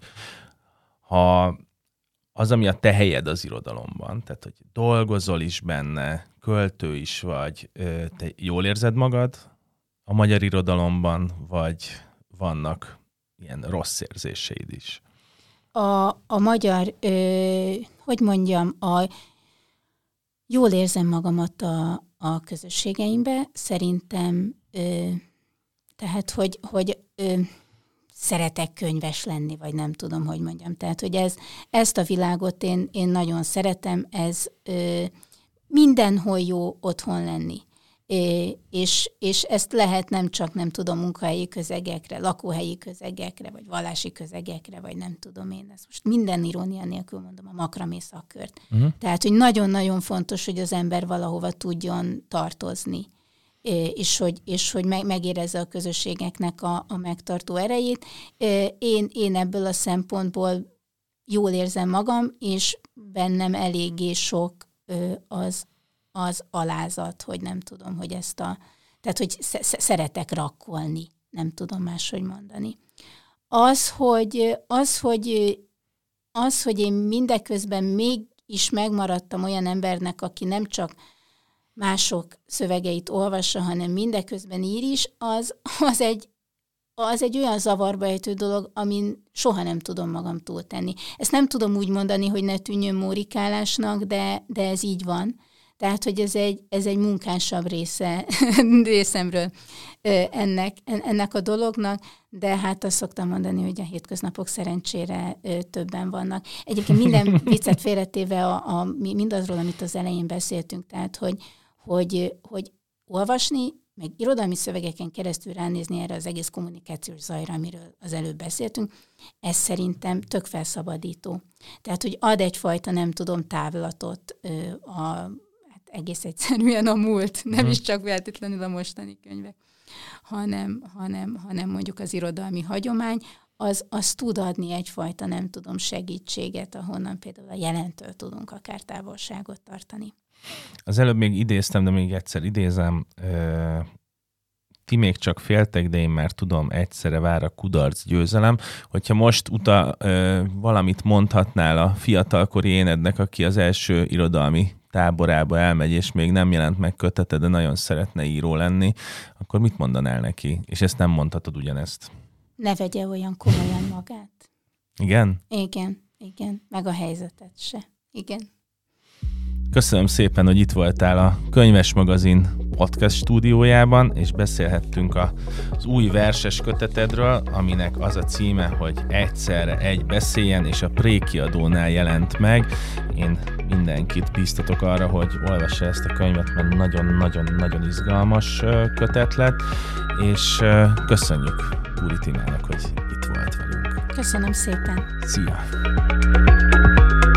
ha az, ami a te helyed az irodalomban, tehát, hogy dolgozol is benne, költő is vagy, te jól érzed magad a magyar irodalomban, vagy vannak ilyen rossz érzéseid is? A, a magyar, ö, hogy mondjam, a, jól érzem magamat a, a közösségeimbe, szerintem, ö, tehát, hogy, hogy ö, szeretek könyves lenni, vagy nem tudom, hogy mondjam. Tehát, hogy ez, ezt a világot én, én nagyon szeretem, ez ö, mindenhol jó otthon lenni. É, és, és ezt lehet nem csak, nem tudom, munkahelyi közegekre, lakóhelyi közegekre, vagy vallási közegekre, vagy nem tudom én. Ezt most minden irónia nélkül mondom, a makramé szakkört. Uh-huh. Tehát, hogy nagyon-nagyon fontos, hogy az ember valahova tudjon tartozni. és hogy, és hogy megérezze a közösségeknek a, a megtartó erejét. Én, én ebből a szempontból jól érzem magam, és bennem eléggé sok az, az alázat, hogy nem tudom, hogy ezt a... Tehát, hogy sz- szeretek rakkolni, nem tudom máshogy mondani. Az, hogy, az, hogy, az, hogy én mindeközben mégis megmaradtam olyan embernek, aki nem csak mások szövegeit olvassa, hanem mindeközben ír is, az, az, egy, az egy olyan zavarba ejtő dolog, amin soha nem tudom magam túltenni. Ezt nem tudom úgy mondani, hogy ne tűnjön mórikálásnak, de, de ez így van. Tehát, hogy ez egy, ez egy munkásabb része részemről ennek, ennek a dolognak, de hát azt szoktam mondani, hogy a hétköznapok szerencsére többen vannak. Egyébként minden viccet félretéve a, a, mindazról, amit az elején beszéltünk, tehát, hogy Hogy, hogy olvasni, meg irodalmi szövegeken keresztül ránézni erre az egész kommunikációs zajra, amiről az előbb beszéltünk, ez szerintem tök felszabadító. Tehát, hogy ad egyfajta, nem tudom, távlatot a, hát egész egyszerűen a múlt, nem is csak feltétlenül a mostani könyvek, hanem, hanem, hanem mondjuk az irodalmi hagyomány. A, az, az tud adni egyfajta, nem tudom, segítséget, ahonnan például a jelentől tudunk akár távolságot tartani. Az előbb még idéztem, de még egyszer idézem. Ti még csak féltek, de én már tudom, egyszerre vár a kudarc győzelem. Hogyha most uta valamit mondhatnál a fiatalkori énednek, aki az első irodalmi táborába elmegy, és még nem jelent meg kötete, de nagyon szeretne író lenni, akkor mit mondanál neki? És ezt nem mondhatod ugyanezt. Ne vegye olyan komolyan magát. Igen? Igen, igen. Meg a helyzetet se. Igen. Köszönöm szépen, hogy itt voltál a Könyves Magazin podcast stúdiójában, és beszélhettünk az új verses kötetedről, aminek az a címe, hogy Egyszerre egy beszéljen, és a Pré kiadónál jelent meg. Én mindenkit bíztatok arra, hogy olvassa ezt a könyvet, mert nagyon-nagyon-nagyon izgalmas kötet lett, és köszönjük Búri Timának, hogy itt volt velünk. Köszönöm szépen. Szia!